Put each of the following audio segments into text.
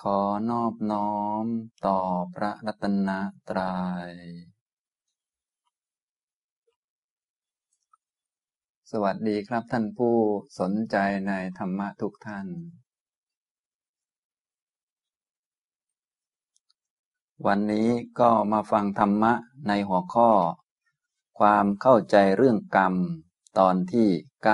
ขอนอบน้อมต่อพระรัตนตรัยสวัสดีครับท่านผู้สนใจในธรรมะทุกท่านวันนี้ก็มาฟังธรรมะในหัวข้อความเข้าใจเรื่องกรรมตอนที่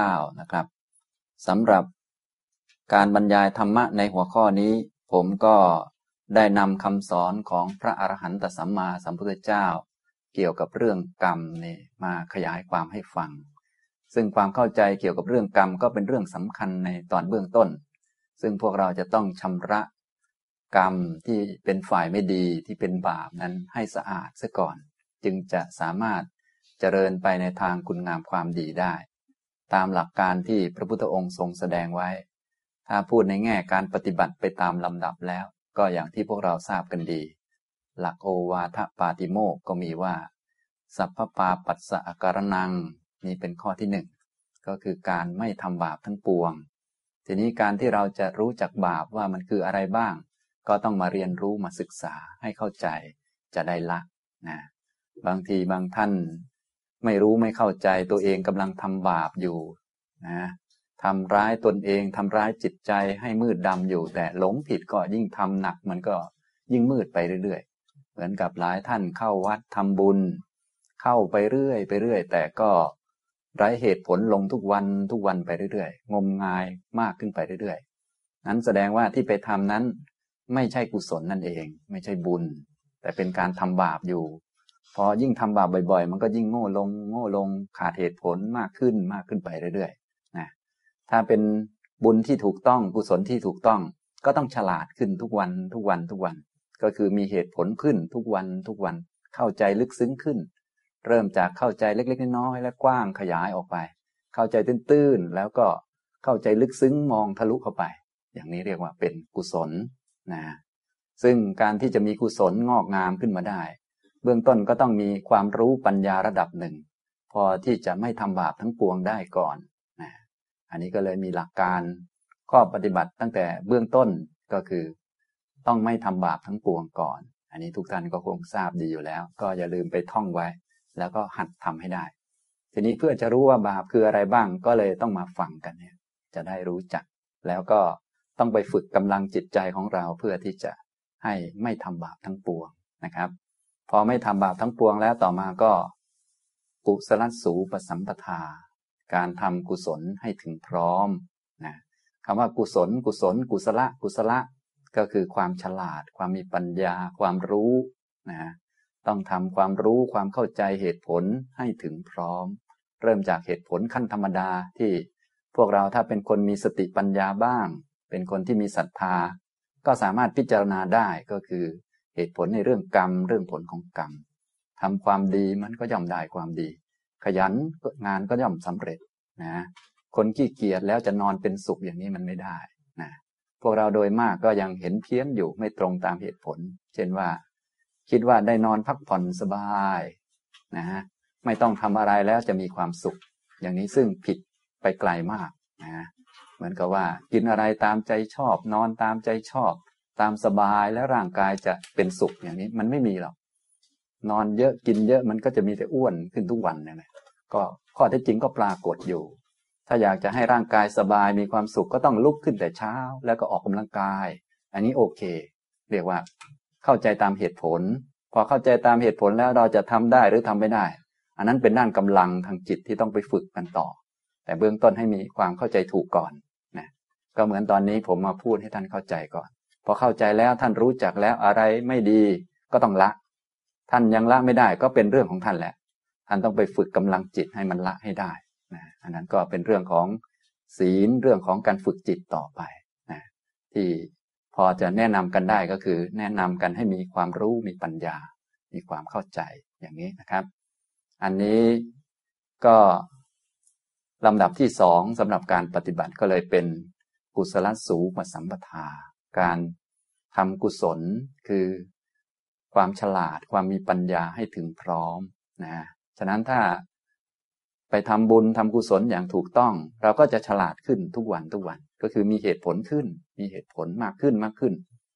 9นะครับสำหรับการบรรยายธรรมะในหัวข้อนี้ผมก็ได้นำคำสอนของพระอรหันตสัมมาสัมพุทธเจ้าเกี่ยวกับเรื่องกรรมนี่มาขยายความให้ฟังซึ่งความเข้าใจเกี่ยวกับเรื่องกรรมก็เป็นเรื่องสำคัญในตอนเบื้องต้นซึ่งพวกเราจะต้องชำระกรรมที่เป็นฝ่ายไม่ดีที่เป็นบาปนั้นให้สะอาดซะก่อนจึงจะสามารถเจริญไปในทางคุณงามความดีได้ตามหลักการที่พระพุทธองค์ทรงแสดงไว้ถ้าพูดในแง่การปฏิบัติไปตามลำดับแล้วก็อย่างที่พวกเราทราบกันดีหลักโอวาทปาติโมกข์ก็มีว่าสัพพปาปัสสะอาการนังนี่เป็นข้อที่ 1ก็คือการไม่ทำบาปทั้งปวงทีนี้การที่เราจะรู้จักบาปว่ามันคืออะไรบ้างก็ต้องมาเรียนรู้มาศึกษาให้เข้าใจจะได้ละนะบางทีบางท่านไม่รู้ไม่เข้าใจตัวเองกำลังทำบาปอยู่นะทำร้ายตนเองทำร้ายจิตใจให้มืดดำอยู่แต่หลงผิดก็ยิ่งทำหนักมันก็ยิ่งมืดไปเรื่อยๆเหมือนกับหลายท่านเข้าวัดทำบุญเข้าไปเรื่อยแต่ก็ไร้เหตุผลลงทุกวันไปเรื่อยๆงมงายมากขึ้นไปเรื่อยๆนั้นแสดงว่าที่ไปทำนั้นไม่ใช่กุศลนั่นเองไม่ใช่บุญแต่เป็นการทำบาปอยู่พอยิ่งทำบาปบ่อยๆมันก็ยิ่งโง่ลงขาดเหตุผลมากขึ้นไปเรื่อยๆนะถ้าเป็นบุญที่ถูกต้องกุศลที่ถูกต้องก็ต้องฉลาดขึ้นทุกวันก็คือมีเหตุผลขึ้นทุกวันเข้าใจลึกซึ้งขึ้นเริ่มจากเข้าใจเล็กๆน้อยๆและกว้างขยายออกไปเข้าใจตื้นๆแล้วก็เข้าใจลึกซึ้งมองทะลุเข้าไปอย่างนี้เรียกว่าเป็นกุศลนะซึ่งการที่จะมีกุศลงอกงามขึ้นมาได้เบื้องต้นก็ต้องมีความรู้ปัญญาระดับหนึ่งพอที่จะไม่ทำบาปทั้งปวงได้ก่อนนะอันนี้ก็เลยมีหลักการข้อปฏิบัติตั้งแต่เบื้องต้นก็คือต้องไม่ทำบาปทั้งปวงก่อนอันนี้ทุกท่านก็คงทราบดีอยู่แล้วก็อย่าลืมไปท่องไว้แล้วก็หัดทำให้ได้ทีนี้เพื่อจะรู้ว่าบาปคืออะไรบ้างก็เลยต้องมาฟังกันเนี่ยจะได้รู้จักแล้วก็ต้องไปฝึกกำลังจิตใจของเราเพื่อที่จะให้ไม่ทำบาปทั้งปวงนะครับพอไม่ทำบาปทั้งปวงแล้วต่อมาก็กุศลสูปสัมปทาการทำกุศลให้ถึงพร้อมนะคำว่ากุศลกุศลก็คือความฉลาดความมีปัญญาความรู้นะต้องทำความรู้ความเข้าใจเหตุผลให้ถึงพร้อมเริ่มจากเหตุผลขั้นธรรมดาที่พวกเราถ้าเป็นคนมีสติปัญญาบ้างเป็นคนที่มีศรัทธาก็สามารถพิจารณาได้ก็คือเหตุผลในเรื่องกรรมเรื่องผลของกรรมทำความดีมันก็ย่อมได้ความดีขยันงานก็ย่อมสำเร็จนะคนขี้เกียจแล้วจะนอนเป็นสุขอย่างนี้มันไม่ได้นะพวกเราโดยมากก็ยังเห็นเพี้ยนอยู่ไม่ตรงตามเหตุผลเช่นว่าคิดว่าได้นอนพักผ่อนสบายนะไม่ต้องทำอะไรแล้วจะมีความสุขอย่างนี้ซึ่งผิดไปไกลมากนะเหมือนกับว่ากินอะไรตามใจชอบนอนตามใจชอบตามสบายแล้วร่างกายจะเป็นสุขอย่างนี้มันไม่มีหรอกนอนเยอะกินเยอะมันก็จะมีแต่อ้วนขึ้นทุกวันนั่นแหละก็ข้อเท็จจริงก็ปรากฏอยู่ถ้าอยากจะให้ร่างกายสบายมีความสุขก็ต้องลุกขึ้นแต่เช้าแล้วก็ออกกำลังกายอันนี้โอเคเรียกว่าเข้าใจตามเหตุผลพอเข้าใจตามเหตุผลแล้วเราจะทำได้หรือทำไม่ได้อันนั้นเป็นด้านกำลังทางจิตที่ต้องไปฝึกกันต่อแต่เบื้องต้นให้มีความเข้าใจถูกก่อนนะก็เหมือนตอนนี้ผมมาพูดให้ท่านเข้าใจก่อนพอเข้าใจแล้วท่านรู้จักแล้วอะไรไม่ดีก็ต้องละท่านยังละไม่ได้ก็เป็นเรื่องของท่านแหละท่านต้องไปฝึกกำลังจิตให้มันละให้ได้นะอันนั้นก็เป็นเรื่องของศีลเรื่องของการฝึกจิตต่อไปนะที่พอจะแนะนำกันได้ก็คือแนะนำกันให้มีความรู้มีปัญญามีความเข้าใจอย่างนี้นะครับอันนี้ก็ลำดับที่2สำหรับการปฏิบัติก็เลยเป็นกุศลสูปสัมปทาการทำกุศลคือความฉลาดความมีปัญญาให้ถึงพร้อมนะฉะนั้นถ้าไปทำบุญทำกุศลอย่างถูกต้องเราก็จะฉลาดขึ้นทุกวันก็คือมีเหตุผลขึ้นมีเหตุผลมากขึ้น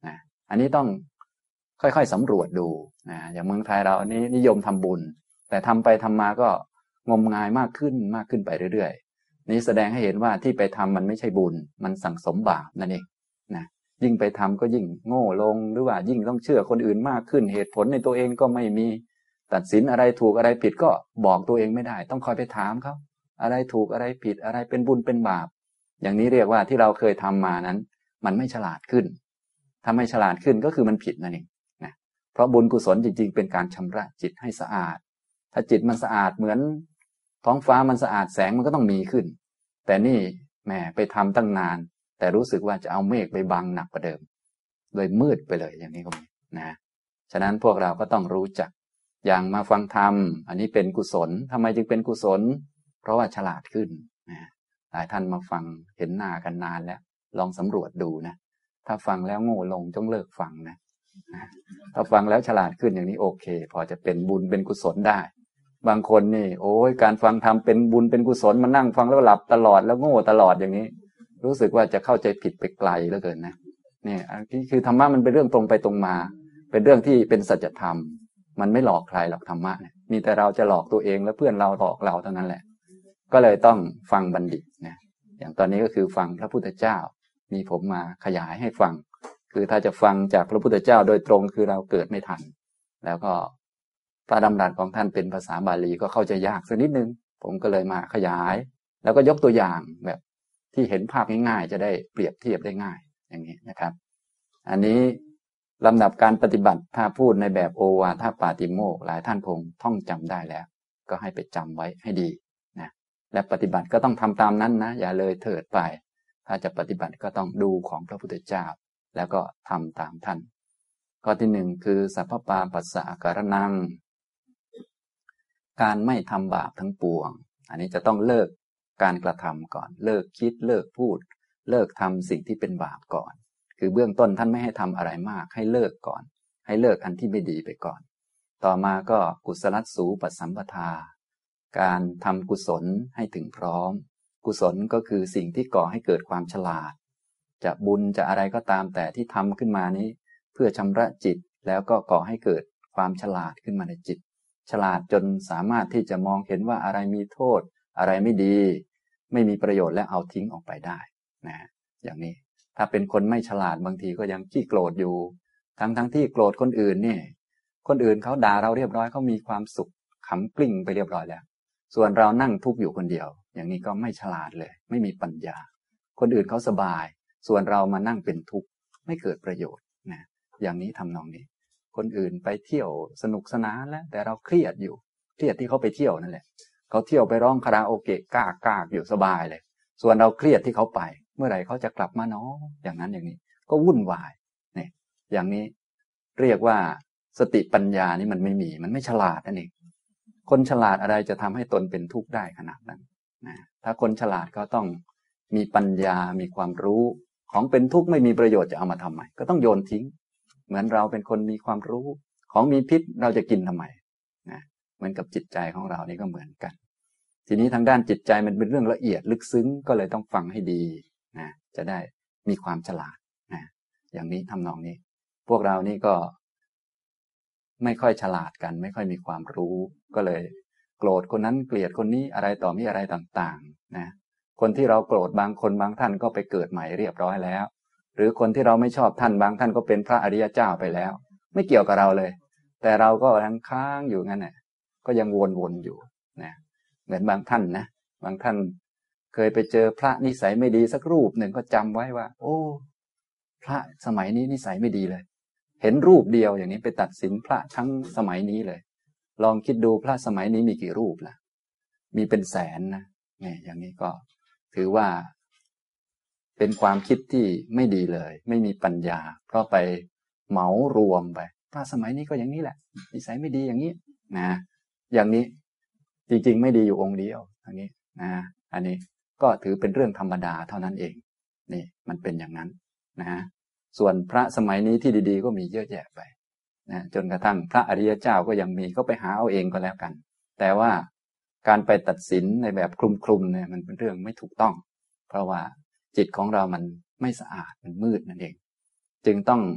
นะอันนี้ต้องค่อยๆสำรวจดูนะอย่างเมืองไทยเราอันนี้นิยมทำบุญแต่ทำไปทำมาก็งมงายมากขึ้นไปเรื่อยๆนี้แสดงให้เห็นว่าที่ไปทำมันไม่ใช่บุญมันสั่งสมบาปนั่นเองนะยิ่งไปทำก็ยิ่งโง่ลงหรือว่ายิ่งต้องเชื่อคนอื่นมากขึ้นเหตุผลในตัวเองก็ไม่มีตัดสินอะไรถูกอะไรผิดก็บอกตัวเองไม่ได้ต้องคอยไปถามเขาอะไรถูกอะไรผิดอะไรเป็นบุญเป็นบาปอย่างนี้เรียกว่าที่เราเคยทำมานั้นมันไม่ฉลาดขึ้นถ้าไม่ฉลาดขึ้นก็คือมันผิดนั่นเองนะเพราะบุญกุศลจริงๆเป็นการชำระจิตให้สะอาดถ้าจิตมันสะอาดเหมือนท้องฟ้ามันสะอาดแสงมันก็ต้องมีขึ้นแต่นี่แหมไปทำตั้งนานแต่รู้สึกว่าจะเอาเมฆไปบังหนักกว่าเดิมเลยมืดไปเลยอย่างนี้ก็มีนะฉะนั้นพวกเราก็ต้องรู้จักอย่างมาฟังธรรมอันนี้เป็นกุศลทำไมจึงเป็นกุศลเพราะว่าฉลาดขึ้นนะหลายท่านมาฟังเห็นหน้ากันนานแล้วลองสำรวจดูนะถ้าฟังแล้วโง่ลงจงเลิกฟังนะถ้าฟังแล้วฉลาดขึ้นอย่างนี้โอเคพอจะเป็นบุญเป็นกุศลได้บางคนนี่โอ้ยการฟังธรรมเป็นบุญเป็นกุศลมานั่งฟังแล้วหลับตลอดแล้วโง่ตลอดอย่างนี้รู้สึกว่าจะเข้าใจผิดไปไกลเหลือเกินนะนี่อันนี้คือธรรมะมันเป็นเรื่องตรงไปตรงมาเป็นเรื่องที่เป็นสัจธรรมมันไม่หลอกใครหรอกธรรมะเนี่ยมีแต่เราจะหลอกตัวเองและเพื่อนเราหลอกเราเท่านั้นแหละก็เลยต้องฟังบัณฑิตนะอย่างตอนนี้ก็คือฟังพระพุทธเจ้ามีผมมาขยายให้ฟังคือถ้าจะฟังจากพระพุทธเจ้าโดยตรงคือเราเกิดไม่ทันแล้วก็พระดำรัสของท่านเป็นภาษาบาลีก็เข้าใจยากสักนิดนึงผมก็เลยมาขยายแล้วก็ยกตัวอย่างแบบที่เห็นภาพง่ายๆจะได้เปรียบเทียบได้ง่ายอย่างนี้นะครับอันนี้ลำดับการปฏิบัติถ้าพูดในแบบโอวาทปาติโมกข์หลายท่านคงท่องจำได้แล้วก็ให้ไปจำไว้ให้ดีนะและปฏิบัติก็ต้องทำตามนั้นนะอย่าเลยเถิดไปถ้าจะปฏิบัติก็ต้องดูของพระพุทธเจ้าแล้วก็ทำตามท่านข้อที่หนึ่งคือสัพพปาปัสสะการนังการไม่ทำบาปทั้งปวงอันนี้จะต้องเลิกการกระทำก่อนเลิกคิดเลิกพูดเลิกทำสิ่งที่เป็นบาปก่อนคือเบื้องต้นท่านไม่ให้ทำอะไรมากให้เลิกก่อนให้เลิกอันที่ไม่ดีไปก่อนต่อมาก็กุศลสูปสัมปทาการทำกุศลให้ถึงพร้อมกุศลก็คือสิ่งที่ก่อให้เกิดความฉลาดจะบุญจะอะไรก็ตามแต่ที่ทำขึ้นมานี้เพื่อชำระจิตแล้วก็ก่อให้เกิดความฉลาดขึ้นมาในจิตฉลาดจนสามารถที่จะมองเห็นว่าอะไรมีโทษอะไรไม่ดีไม่มีประโยชน์และเอาทิ้งออกไปได้นะอย่างนี้ถ้าเป็นคนไม่ฉลาดบางทีก็ยังขี้โกรธอยู่ทั้งที่โกรธคนอื่นนี่คนอื่นเขาด่าเราเรียบร้อยเขามีความสุขขำกลิ้งไปเรียบร้อยแล้วส่วนเรานั่งทุกข์อยู่คนเดียวอย่างนี้ก็ไม่ฉลาดเลยไม่มีปัญญาคนอื่นเขาสบายส่วนเรามานั่งเป็นทุกข์ไม่เกิดประโยชน์นะอย่างนี้ทำนองนี้คนอื่นไปเที่ยวสนุกสนานแล้วแต่เราเครียดอยู่เครียดที่เขาไปเที่ยวนั่นแหละเขาเที่ยวไปร้องคาราโอเกะกากอยู่สบายเลยส่วนเราเครียดที่เขาไปเมื่อไหร่เขาจะกลับมาเนาะอย่างนั้นอย่างนี้ก็วุ่นวายเนี่ยอย่างนี้เรียกว่าสติปัญญานี่มันไม่มีมันไม่ฉลาดนั่นเองคนฉลาดอะไรจะทำให้ตนเป็นทุกข์ได้ขนาดนั้นนะถ้าคนฉลาดก็ต้องมีปัญญามีความรู้ของเป็นทุกข์ไม่มีประโยชน์จะเอามาทำไมก็ต้องโยนทิ้งเหมือนเราเป็นคนมีความรู้ของมีพิษเราจะกินทำไมนะเหมือนกับจิตใจของเรานี่ก็เหมือนกันทีนี้ทางด้านจิตใจมันเป็นเรื่องละเอียดลึกซึ้งก็เลยต้องฟังให้ดีนะจะได้มีความฉลาดนะอย่างนี้ทำนองนี้พวกเรานี่ก็ไม่ค่อยฉลาดกันไม่ค่อยมีความรู้ก็เลยโกรธคนนั้นเกลียดคนนี้อะไรต่อมีอะไรต่างๆนะคนที่เราโกรธบางคนบางท่านก็ไปเกิดใหม่เรียบร้อยแล้วหรือคนที่เราไม่ชอบท่านบางท่านก็เป็นพระอริยเจ้าไปแล้วไม่เกี่ยวกับเราเลยแต่เราก็ยังค้างอยู่งั้นแหละก็ยังวนๆอยู่นะเหมือนบางท่านนะบางท่านเคยไปเจอพระนิสัยไม่ดีสักรูปหนึ่งก็จำไว้ว่าโอ้พระสมัยนี้นิสัยไม่ดีเลยเห็นรูปเดียวอย่างนี้ไปตัดสินพระทั้งสมัยนี้เลยลองคิดดูพระสมัยนี้มีกี่รูปล่ะมีเป็นแสนนะเนี่ยอย่างนี้ก็ถือว่าเป็นความคิดที่ไม่ดีเลยไม่มีปัญญาเพราะไปเหมารวมไปพระสมัยนี้ก็อย่างนี้แหละนิสัยไม่ดีอย่างนี้นะอย่างนี้จริงๆไม่ดีอยู่องค์เดียวอันนี้นะอันนี้ก็ถือเป็นเรื่องธรรมดาเท่านั้นเองนี่มันเป็นอย่างนั้นนะส่วนพระสมัยนี้ที่ดีๆก็มีเยอะแยะไปนะจนกระทั่งพระอริยเจ้าก็ยังมีก็ไปหาเอาเองก็แล้วกันแต่ว่าการไปตัดสินในแบบคลุมๆเนี่ยมันเป็นเรื่องไม่ถูกต้องเพราะว่าจิตของเรามันไม่สะอาดมันมืดนั่นเองจึงต้อง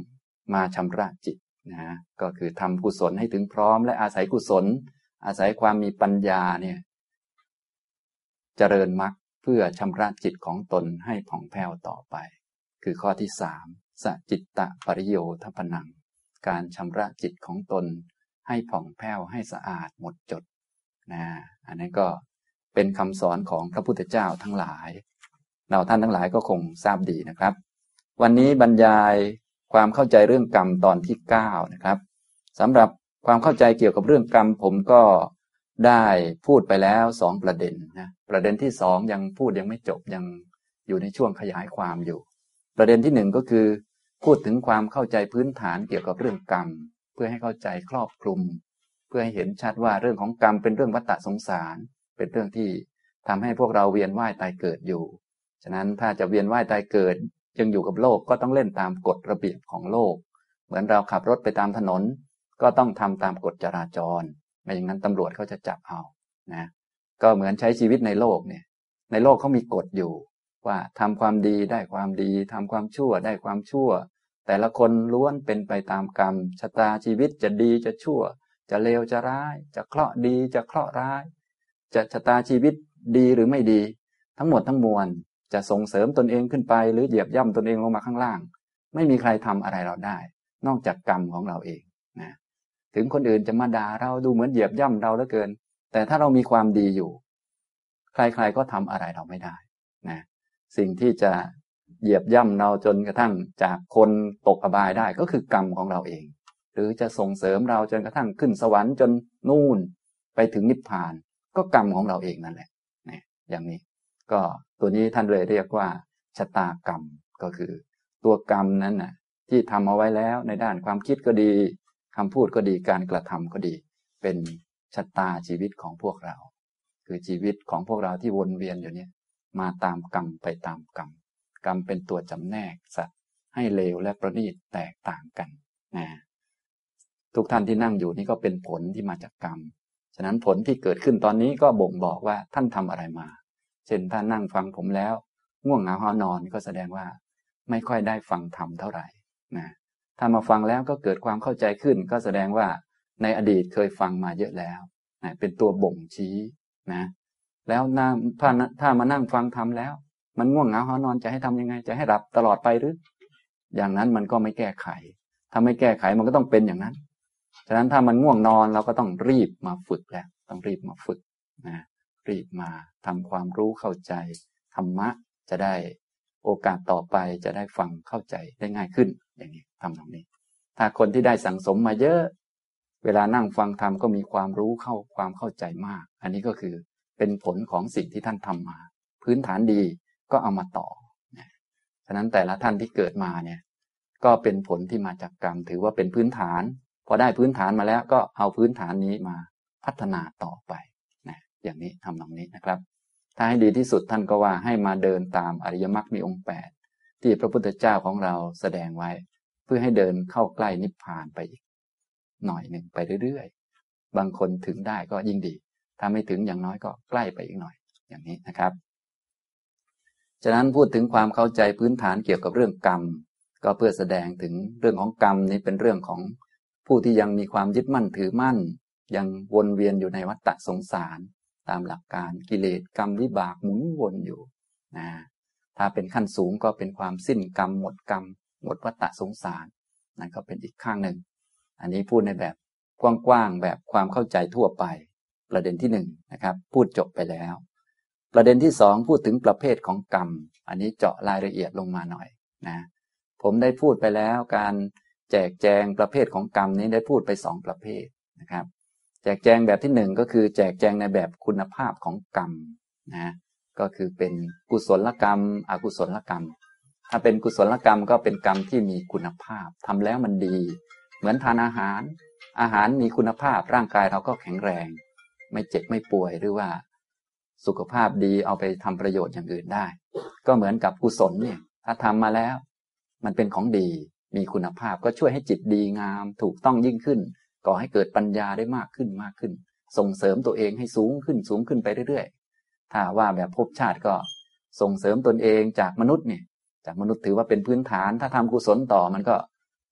มาชำระจิตนะก็คือทำกุศลให้ถึงพร้อมและอาศัยกุศลอาศัยความมีปัญญาเนี่ยเจริญมรรคเพื่อชำระจิตของตนให้ผ่องแผ้วต่อไปคือข้อที่3สจิตตปริโยทปนังการชำระจิตของตนให้ผ่องแผ้วให้สะอาดหมดจดนะอันนั้นก็เป็นคำสอนของพระพุทธเจ้าทั้งหลายเราท่านทั้งหลายก็คงทราบดีนะครับวันนี้บรรยายความเข้าใจเรื่องกรรมตอนที่9นะครับสำหรับความเข้าใจเกี่ยวกับเรื่องกรรมผมก็ได้พูดไปแล้ว2ประเด็นนะประเด็นที่2ยังพูดยังไม่จบยังอยู่ในช่วงขยายความอยู่ประเด็นที่1ก็คือพูดถึงความเข้าใจพื้นฐานเกี่ยวกับเรื่องกรรมเพื่อให้เข้าใจครอบคลุมเพื่อให้เห็นชัดว่าเรื่องของกรรมเป็นเรื่องวัฏฏะสงสารเป็นเรื่องที่ทำให้พวกเราเวียนว่ายตายเกิดอยู่ฉะนั้นถ้าจะเวียนว่ายตายเกิดยังอยู่กับโลกก็ต้องเล่นตามกฎระเบียบของโลกเหมือนเราขับรถไปตามถนนก็ต้องทำตามกฎจราจรไม่อย่างนั้นตำรวจเขาจะจับเอานะก็เหมือนใช้ชีวิตในโลกเนี่ยในโลกเขามีกฎอยู่ว่าทำความดีได้ความดีทำความชั่วได้ความชั่วแต่ละคนล้วนเป็นไปตามกรรมชะตาชีวิตจะดีจะชั่วจะเลวจะร้ายจะเคราะห์ดีจะเคราะห์ร้ายจะชะตาชีวิตดีหรือไม่ดีทั้งหมดทั้งมวลจะส่งเสริมตนเองขึ้นไปหรือเหยียบย่ำตนเองลงมาข้างล่างไม่มีใครทำอะไรเราได้นอกจากกรรมของเราเองนะถึงคนอื่นจะมาด่าเราดูเหมือนเหยียบย่ำเราเหลือเกินแต่ถ้าเรามีความดีอยู่ใครๆก็ทำอะไรเราไม่ได้นะสิ่งที่จะเหยียบย่ำเราจนกระทั่งจากคนตกอบายได้ก็คือกรรมของเราเองหรือจะส่งเสริมเราจนกระทั่งขึ้นสวรรค์จนนู่นไปถึงนิพพานก็กรรมของเราเองนั่นแหละนะอย่างนี้ก็ตัวนี้ท่านเลยเรียกว่าชะตากรรมก็คือตัวกรรมนั้นน่ะที่ทำเอาไว้แล้วในด้านความคิดก็ดีคำพูดก็ดีการกระทำก็ดีเป็นชะตาชีวิตของพวกเราคือชีวิตของพวกเราที่วนเวียนอยู่เนี่ยมาตามกรรมไปตามกรรมกรรมเป็นตัวจำแนกสัตว์ให้เลวและประณีตแตกต่างกันนะทุกท่านที่นั่งอยู่นี่ก็เป็นผลที่มาจากกรรมฉะนั้นผลที่เกิดขึ้นตอนนี้ก็บ่งบอกว่าท่านทำอะไรมาเช่นถ้านั่งฟังผมแล้วง่วงเหงาหอนอนก็แสดงว่าไม่ค่อยได้ฟังธรรมเท่าไหร่นะถ้ามาฟังแล้วก็เกิดความเข้าใจขึ้นก็แสดงว่าในอดีตเคยฟังมาเยอะแล้วนะเป็นตัวบ่งชี้นะแล้วถ้ามานั่งฟังธรรมแล้วมันง่วงเหงาหอนอนจะให้ทำยังไงจะให้หลับตลอดไปหรืออย่างนั้นมันก็ไม่แก้ไขถ้าไม่แก้ไขมันก็ต้องเป็นอย่างนั้นฉะนั้นถ้ามันง่วงนอนเราก็ต้องรีบมาฝึกแล้วต้องรีบมาฝึกนะรีบมาทำความรู้เข้าใจธรรมะจะได้โอกาสต่อไปจะได้ฟังเข้าใจได้ง่ายขึ้นอย่างนี้ทำตรงนี้ถ้าคนที่ได้สั่งสมมาเยอะเวลานั่งฟังธรรมก็มีความรู้ความเข้าใจมากอันนี้ก็คือเป็นผลของสิ่งที่ท่านทำมาพื้นฐานดีก็เอามาต่อนะฉะนั้นแต่ละท่านที่เกิดมาเนี่ยก็เป็นผลที่มาจากกรรมถือว่าเป็นพื้นฐานพอได้พื้นฐานมาแล้วก็เอาพื้นฐานนี้มาพัฒนาต่อไปนะอย่างนี้ทำตรงนี้นะครับถ้าให้ดีที่สุดท่านก็ว่าให้มาเดินตามอริยมรรคมีองค์8ที่พระพุทธเจ้าของเราแสดงไว้เพื่อให้เดินเข้าใกล้นิพพานไปอีกหน่อยหนึ่งไปเรื่อยๆบางคนถึงได้ก็ยิ่งดีถ้าไม่ถึงอย่างน้อยก็ใกล้ไปอีกหน่อยอย่างนี้นะครับฉะนั้นพูดถึงความเข้าใจพื้นฐานเกี่ยวกับเรื่องกรรมก็เพื่อแสดงถึงเรื่องของกรรมนี้เป็นเรื่องของผู้ที่ยังมีความยึดมั่นถือมั่นยังวนเวียนอยู่ในวัฏฏะสงสารตามหลักการกิเลสกรรมวิบากหมุนวนอยู่นะถ้าเป็นขั้นสูงก็เป็นความสิ้นกรรมหมดกรรมหมดวัฏฏะสงสารนั่นก็เป็นอีกข้างหนึ่งอันนี้พูดในแบบกว้างๆแบบความเข้าใจทั่วไปประเด็นที่1นะครับพูดจบไปแล้วประเด็นที่2พูดถึงประเภทของกรรมอันนี้เจาะรายละเอียดลงมาหน่อยนะผมได้พูดไปแล้วการแจกแจงประเภทของกรรมนี้ได้พูดไป2ประเภทนะครับแจกแจงแบบที่1ก็คือแจกแจงในแบบคุณภาพของกรรมนะก็คือเป็นกุศลกรรมอกุศลกรรมถ้าเป็นกุศลกรรมก็เป็นกรรมที่มีคุณภาพทำแล้วมันดีเหมือนทานอาหารมีคุณภาพร่างกายเราก็แข็งแรงไม่เจ็บไม่ป่วยหรือว่าสุขภาพดีเอาไปทำประโยชน์อย่างอื่นได้ก็เหมือนกับกุศลเนี่ยถ้าทำมาแล้วมันเป็นของดีมีคุณภาพก็ช่วยให้จิตดีงามถูกต้องยิ่งขึ้นก่อให้เกิดปัญญาได้มากขึ้นส่งเสริมตัวเองให้สูงขึ้นไปเรื่อยๆถ้าว่าแบบภพชาติก็ส่งเสริมตนเองจากมนุษย์เนี่ยจากมนุษย์ถือว่าเป็นพื้นฐานถ้าทำกุศลต่อมันก็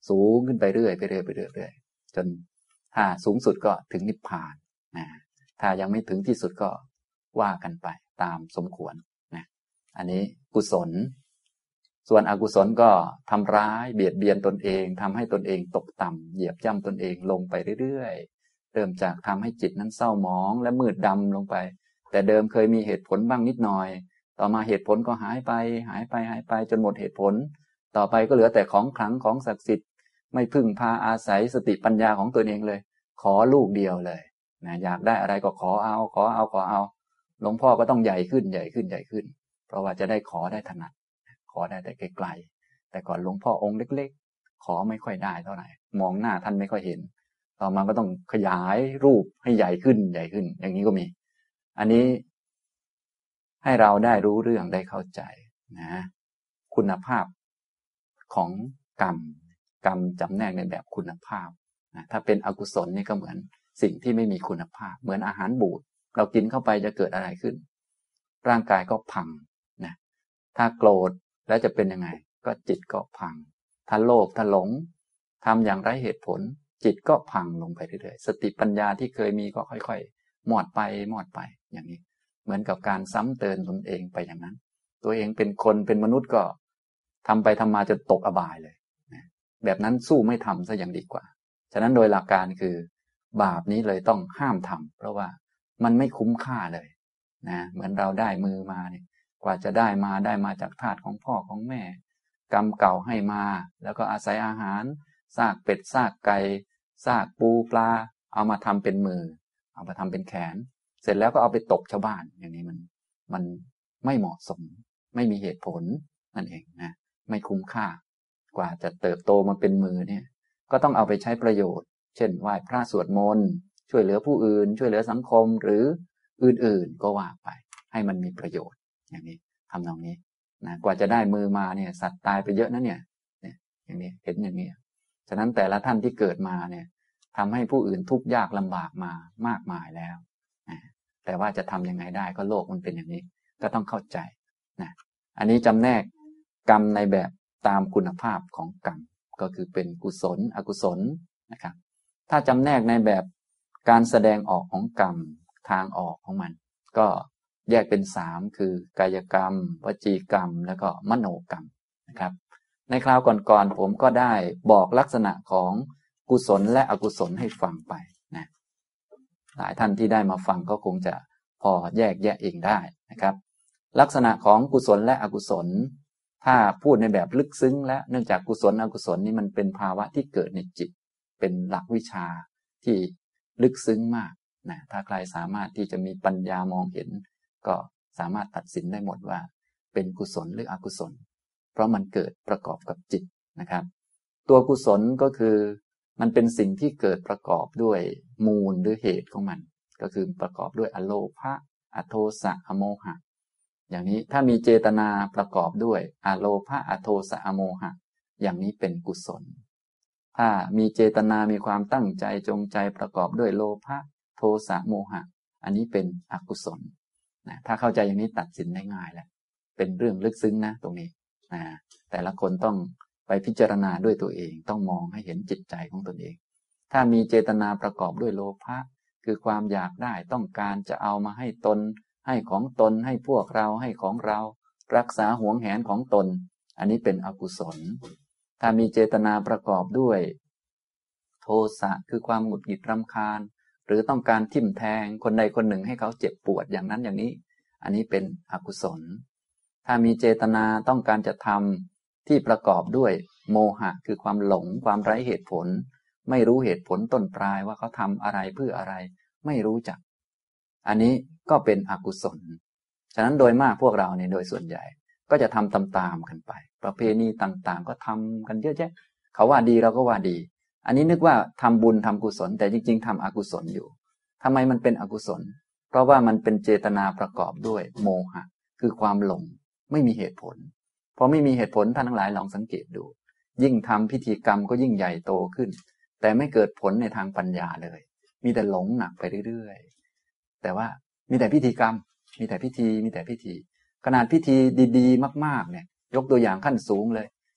สูงขึ้นไปเรื่อยไปเรื่อยไปเรื่อยเรื่อยจนถ้าสูงสุดก็ถึงนิพพานนะถ้ายังไม่ถึงที่สุดก็ว่ากันไปตามสมควรนะอันนี้กุศลส่วนอกุศลก็ทำร้ายเบียดเบียนตนเองทำให้ตนเองตกต่ำเหยียบย่ำตนเองลงไปเรื่อยๆเริ่มจากทำให้จิตนั้นเศร้าหมองและมืดดำลงไปแต่เดิมเคยมีเหตุผลบ้างนิดหน่อยต่อมาเหตุผลก็หายไปหายไปหายไปจนหมดเหตุผลต่อไปก็เหลือแต่ของขลังของศักดิ์สิทธิ์ไม่พึ่งพาอาศัยสติปัญญาของตัวเองเลยขอลูกเดียวเลยนะอยากได้อะไรก็ขอเอาหลวงพ่อก็ต้องใหญ่ขึ้นใหญ่ขึ้นใหญ่ขึ้นเพราะว่าจะได้ขอได้ถนัดขอได้แต่ไกลๆแต่ก่อนหลวงพ่อองค์เล็กๆขอไม่ค่อยได้เท่าไหร่มองหน้าท่านไม่ค่อยเห็นต่อมาก็ต้องขยายรูปให้ใหญ่ขึ้นใหญ่ขึ้นอย่างนี้ก็มีอันนี้ให้เราได้รู้เรื่องได้เข้าใจนะคุณภาพของกรรมจำแนกในแบบคุณภาพนะถ้าเป็นอกุศลนี่ก็เหมือนสิ่งที่ไม่มีคุณภาพเหมือนอาหารบูดเรากินเข้าไปจะเกิดอะไรขึ้นร่างกายก็พังนะถ้าโกรธแล้วจะเป็นยังไงก็จิตก็พังถ้าโลภถ้าหลงทำอย่างไร้เหตุผลจิตก็พังลงไปเรื่อยๆสติปัญญาที่เคยมีก็ค่อยๆหมดไปอย่างนี้เหมือนกับการซ้ำเติมตนเองไปอย่างนั้นตัวเองเป็นคนเป็นมนุษย์ก็ทำไปทำมาจนตกอบายเลยนะแบบนั้นสู้ไม่ทำซะอย่างดีกว่าฉะนั้นโดยหลักการคือบาปนี้เลยต้องห้ามทำเพราะว่ามันไม่คุ้มค่าเลยนะเหมือนเราได้มือมาเนี่ยกว่าจะได้มาจากธาตุของพ่อของแม่กรรมเก่าให้มาแล้วก็อาศัยอาหารซากเป็ดซากไก่ซากปูปลาเอามาทำเป็นมือเอามาทำเป็นแขนเสร็จแล้วก็เอาไปตบชาวบ้านอย่างนี้มันไม่เหมาะสมไม่มีเหตุผลนั่นเองนะไม่คุ้มค่ากว่าจะเติบโตมาเป็นมือเนี่ยก็ต้องเอาไปใช้ประโยชน์เช่นไหว้พระสวดมนต์ช่วยเหลือผู้อื่นช่วยเหลือสังคมหรืออื่นๆก็ว่าไปให้มันมีประโยชน์อย่างนี้ทำนองนี้นะกว่าจะได้มือมาเนี่ยสัตว์ตายไปเยอะนะเนี่ยอย่างนี้เห็นอย่างนี้ฉะนั้นแต่ละท่านที่เกิดมาเนี่ยทำให้ผู้อื่นทุกข์ยากลำบากมามากมายแล้วนะแต่ว่าจะทำยังไงได้ก็โลกมันเป็นอย่างนี้ก็ต้องเข้าใจนะอันนี้จำแนกกรรมในแบบตามคุณภาพของกรรมก็คือเป็นกุศลอกุศลนะครับถ้าจำแนกในแบบการแสดงออกของกรรมทางออกของมันก็แยกเป็น3คือกายกรรมวจีกรรมแล้วก็มโนกรรมนะครับในคราวก่อนๆผมก็ได้บอกลักษณะของกุศลและอกุศลให้ฟังไปนะหลายท่านที่ได้มาฟังก็คงจะพอแยกแยะเองได้นะครับลักษณะของกุศลและอกุศลถ้าพูดในแบบลึกซึ้งและเนื่องจากกุศลอกุศลนี่มันเป็นภาวะที่เกิดในจิตเป็นหลักวิชาที่ลึกซึ้งมากนะถ้าใครสามารถที่จะมีปัญญามองเห็นก็สามารถตัดสินได้หมดว่าเป็นกุศลหรืออกุศลเพราะมันเกิดประกอบกับจิตนะครับตัวกุศลก็คือมันเป็นสิ่งที่เกิดประกอบด้วยมูลหรือเหตุของมันก็คือประกอบด้วยอโลภะอโทสะอโมหะอย่างนี้ถ้ามีเจตนาประกอบด้วยอโลภะอโทสะอโมหะอย่างนี้เป็นกุศลถ้ามีเจตนามีความตั้งใจจงใจประกอบด้วยโลภะโทสะโมหะอันนี้เป็นอกุศลนะถ้าเข้าใจอย่างนี้ตัดสินได้ง่ายแล้วเป็นเรื่องลึกซึ้งนะตรงนี้นะแต่ละคนต้องไปพิจารณาด้วยตัวเองต้องมองให้เห็นจิตใจของตนเองถ้ามีเจตนาประกอบด้วยโลภะคือความอยากได้ต้องการจะเอามาให้ตนให้ของตนให้พวกเราให้ของเรารักษาหวงแหนของตนอันนี้เป็นอกุศลถ้ามีเจตนาประกอบด้วยโทสะคือความหงุดหงิดรำคาญหรือต้องการทิ่มแทงคนใดคนหนึ่งให้เขาเจ็บปวดอย่างนั้นอย่างนี้อันนี้เป็นอกุศลถ้ามีเจตนาต้องการจะทำที่ประกอบด้วยโมหะคือความหลงความไร้เหตุผลไม่รู้เหตุผลต้นปลายว่าเขาทำอะไรเพื่ออะไรไม่รู้จักอันนี้ก็เป็นอกุศลฉะนั้นโดยมากพวกเราเนี่ยโดยส่วนใหญ่ก็จะทำตามๆกันไปประเพณีต่างๆก็ทำกันเยอะแยะเขาว่าดีเราก็ว่าดีอันนี้นึกว่าทำบุญทำกุศลแต่จริงๆทำอกุศลอยู่ทำไมมันเป็นอกุศลเพราะว่ามันเป็นเจตนาประกอบด้วยโมหะคือความหลงไม่มีเหตุผลพอไม่มีเหตุผลท่านทั้งหลายลองสังเกตดูยิ่งทำพิธีกรรมก็ยิ่งใหญ่โตขึ้นแต่ไม่เกิดผลในทางปัญญาเลยมีแต่หลงหนักไปเรื่อยๆแต่ว่ามีแต่พิธีกรรมมีแต่พิธีขนาดพิธีดีๆมากๆเนี่ยยกตัวอย่างขั้นสูงเลย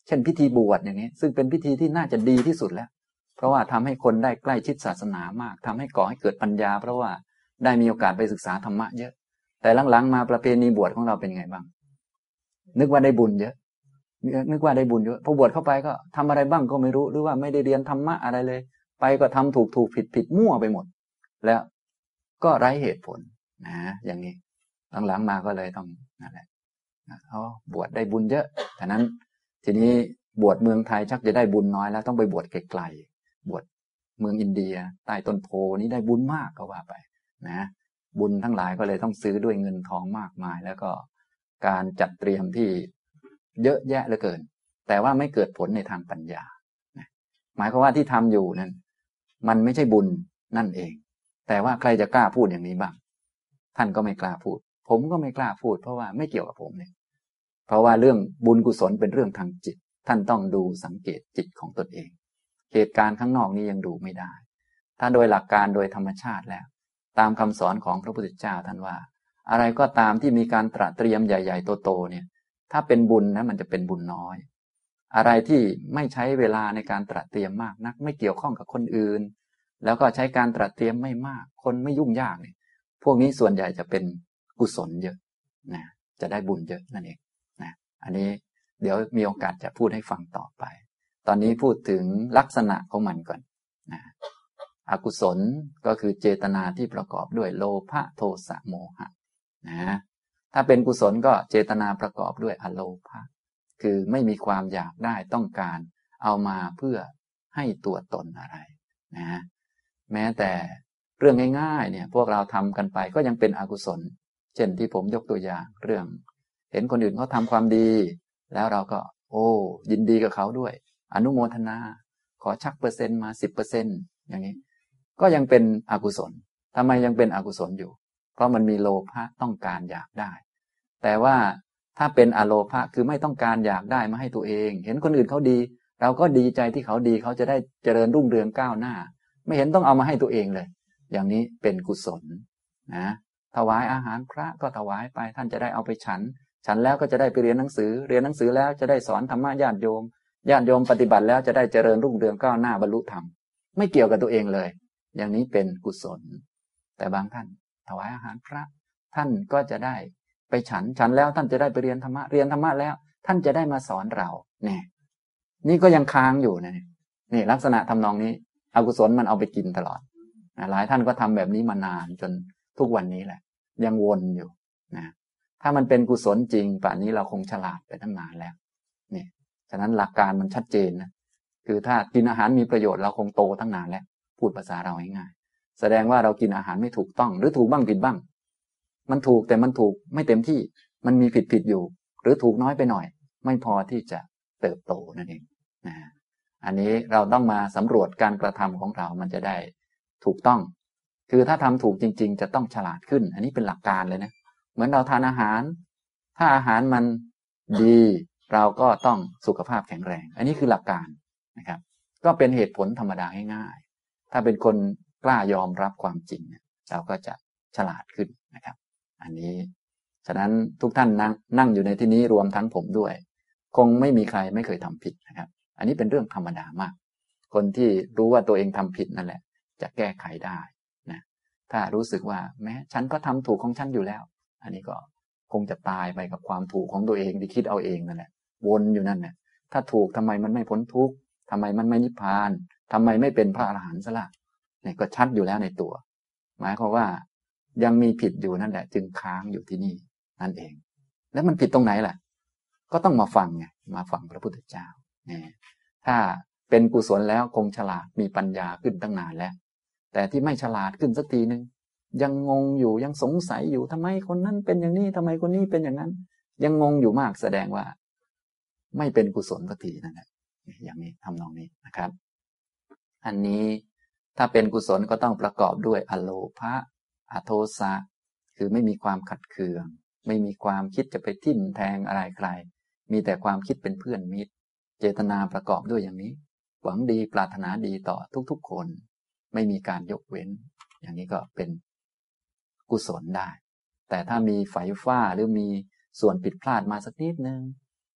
เช่นพิธีบวชอย่างนี้ซึ่งเป็นพิธีที่น่าจะดีที่สุดแล้วเพราะว่าทำให้คนได้ใกล้ชิดศาสนามากทำให้ก่อให้เกิดปัญญาเพราะว่าได้มีโอกาสไปศึกษาธรรมะเยอะแต่หลังๆมาประเพณีบวชของเราเป็นไงบ้างนึกว่าได้บุญเยอะนึกว่าได้บุญเยอะพอบวชเข้าไปก็ทำอะไรบ้างก็ไม่รู้หรือว่าไม่ได้เรียนธรรมะอะไรเลยไปก็ทำถูกผิดมั่วไปหมดแล้วก็ไร้เหตุผลนะอย่างนี้หลังๆมาก็เลยต้องนั่นแหละบวชได้บุญเยอะฉะนั้นทีนี้บวชเมืองไทยชักจะได้บุญน้อยแล้วต้องไปบวชไกลๆบวชเมืองอินเดียใต้ต้นโพนี้ได้บุญมากก็ว่าไปนะบุญทั้งหลายก็เลยต้องซื้อด้วยเงินทองมากมายแล้วก็การจัดเตรียมที่เยอะแยะเหลือเกินแต่ว่าไม่เกิดผลในทางปัญญาหมายความว่าที่ทำอยู่นั้นมันไม่ใช่บุญนั่นเองแต่ว่าใครจะกล้าพูดอย่างนี้บ้างท่านก็ไม่กล้าพูดผมก็ไม่กล้าพูดเพราะว่าไม่เกี่ยวกับผมเนี่ยเพราะว่าเรื่องบุญกุศลเป็นเรื่องทางจิตท่านต้องดูสังเกตจิตของตนเองเหตุการณ์ข้างนอกนี้ยังดูไม่ได้ถ้าโดยหลักการโดยธรรมชาติแล้วตามคำสอนของพระพุทธเจ้าท่านว่าอะไรก็ตามที่มีการตระเตรียมใหญ่ๆโตๆเนี่ยถ้าเป็นบุญนะมันจะเป็นบุญน้อยอะไรที่ไม่ใช้เวลาในการตระเตรียมมากนักไม่เกี่ยวข้องกับคนอื่นแล้วก็ใช้การตระเตรียมไม่มากคนไม่ยุ่งยากเนี่ยพวกนี้ส่วนใหญ่จะเป็นกุศลเยอะนะจะได้บุญเยอะนั่นเองนะอันนี้เดี๋ยวมีโอกาสจะพูดให้ฟังต่อไปตอนนี้พูดถึงลักษณะของมันก่อนนะอกุศลก็คือเจตนาที่ประกอบด้วยโลภะโทสะโมหะนะถ้าเป็นกุศลก็เจตนาประกอบด้วยอโลภะคือไม่มีความอยากได้ต้องการเอามาเพื่อให้ตัวตนอะไรนะแม้แต่เรื่องง่ายๆเนี่ยพวกเราทำกันไปก็ยังเป็นอกุศลเช่นที่ผมยกตัวอย่างเรื่องเห็นคนอื่นเขาทำความดีแล้วเราก็โอ้ยินดีกับเขาด้วยอนุโมทนาขอชักเปอร์เซ็นต์มา10%อย่างนี้ก็ยังเป็นอกุศลทำไมยังเป็นอกุศลอยู่เพราะมันมีโลภะต้องการอยากได้แต่ว่าถ้าเป็นอโลภะคือไม่ต้องการอยากได้มาให้ตัวเองเห็นคนอื่นเขาดีเราก็ดีใจที่เขาดีเขาจะได้เจริญรุ่งเรืองก้าวหน้าไม่เห็นต้องเอามาให้ตัวเองเลยอย่างนี้เป็นกุศลนะถวายอาหารพระก็ถวายไปท่านจะได้เอาไปฉันแล้วก็จะได้ไปเรียนหนังสือแล้วจะได้สอนธรรมะญาติโยมปฏิบัติแล้วจะได้เจริญรุ่งเรืองก้าวหน้าบรรลุธรรมไม่เกี่ยวกับตัวเองเลยอย่างนี้เป็นกุศลแต่บางท่านถวายอาหารพระท่านก็จะได้ไปฉันแล้วท่านจะได้ไปเรียนธรรมะแล้วท่านจะได้มาสอนเราเนี่ยนี่ก็ยังค้างอยู่นะนี่ลักษณะทำนองนี้อกุศลมันเอาไปกินตลอดหลายท่านก็ทำแบบนี้มานานจนทุกวันนี้แหละยังวนอยู่นะถ้ามันเป็นกุศลจริงป่านนี้เราคงฉลาดไปตั้งนานแล้วนี่ฉะนั้นหลักการมันชัดเจนนะคือถ้ากินอาหารมีประโยชน์เราคงโตตั้งนานแล้วพูดภาษาเราง่ายๆแสดงว่าเรากินอาหารไม่ถูกต้องหรือถูกบ้างผิดบ้างมันถูกแต่มันถูกไม่เต็มที่มันมีผิดอยู่หรือถูกน้อยไปหน่อยไม่พอที่จะเติบโตนั่นเองนะอันนี้เราต้องมาสำรวจการกระทำของเรามันจะได้ถูกต้องคือถ้าทำถูกจริงๆจะต้องฉลาดขึ้นอันนี้เป็นหลักการเลยนะเหมือนเราทานอาหารถ้าอาหารมันดีเราก็ต้องสุขภาพแข็งแรงอันนี้คือหลักการนะครับก็เป็นเหตุผลธรรมดาง่ายๆถ้าเป็นคนกล้ายอมรับความจริงเราก็จะฉลาดขึ้นนะครับอันนี้ฉะนั้นทุกท่านนั่งอยู่ในที่นี้รวมทั้งผมด้วยคงไม่มีใครไม่เคยทำผิดนะครับอันนี้เป็นเรื่องธรรมดามากคนที่รู้ว่าตัวเองทำผิดนั่นแหละจะแก้ไขได้นะถ้ารู้สึกว่าแม้ฉันก็ทำถูกของฉันอยู่แล้วอันนี้ก็คงจะตายไปกับความถูกของตัวเองที่คิดเอาเองนั่นแหละวนอยู่นั่นแหละถ้าถูกทำไมมันไม่พ้นทุกข์ทำไมมันไม่นิพพานทำไมไม่เป็นพระอรหันต์ซะล่ะนี่ก็ชัดอยู่แล้วในตัวหมายความว่ายังมีผิดอยู่นั่นแหละจึงค้างอยู่ที่นี่นั่นเองแล้วมันผิดตรงไหนล่ะก็ต้องมาฟังไงมาฟังพระพุทธเจ้าเนี่ยถ้าเป็นกุศลแล้วคงฉลาดมีปัญญาขึ้นตั้งนานแล้วแต่ที่ไม่ฉลาดขึ้นสักทีนึงยังงงอยู่ยังสงสัยอยู่ทำไมคนนั้นเป็นอย่างนี้ทำไมคนนี้เป็นอย่างนั้นยังงงอยู่มากแสดงว่าไม่เป็นกุศลสักทีนั่นแหละอย่างนี้ทำนองนี้นะครับอันนี้ถ้าเป็นกุศลก็ต้องประกอบด้วยอโลภะอโทสะคือไม่มีความขัดเคืองไม่มีความคิดจะไปทิ่มแทงอะไรใครมีแต่ความคิดเป็นเพื่อนมิตรเจตนาประกอบด้วยอย่างนี้หวังดีปรารถนาดีต่อทุกๆคนไม่มีการยกเว้นอย่างนี้ก็เป็นกุศลได้แต่ถ้ามีไฝฟ้าหรือมีส่วนผิดพลาดมาสักนิดนึง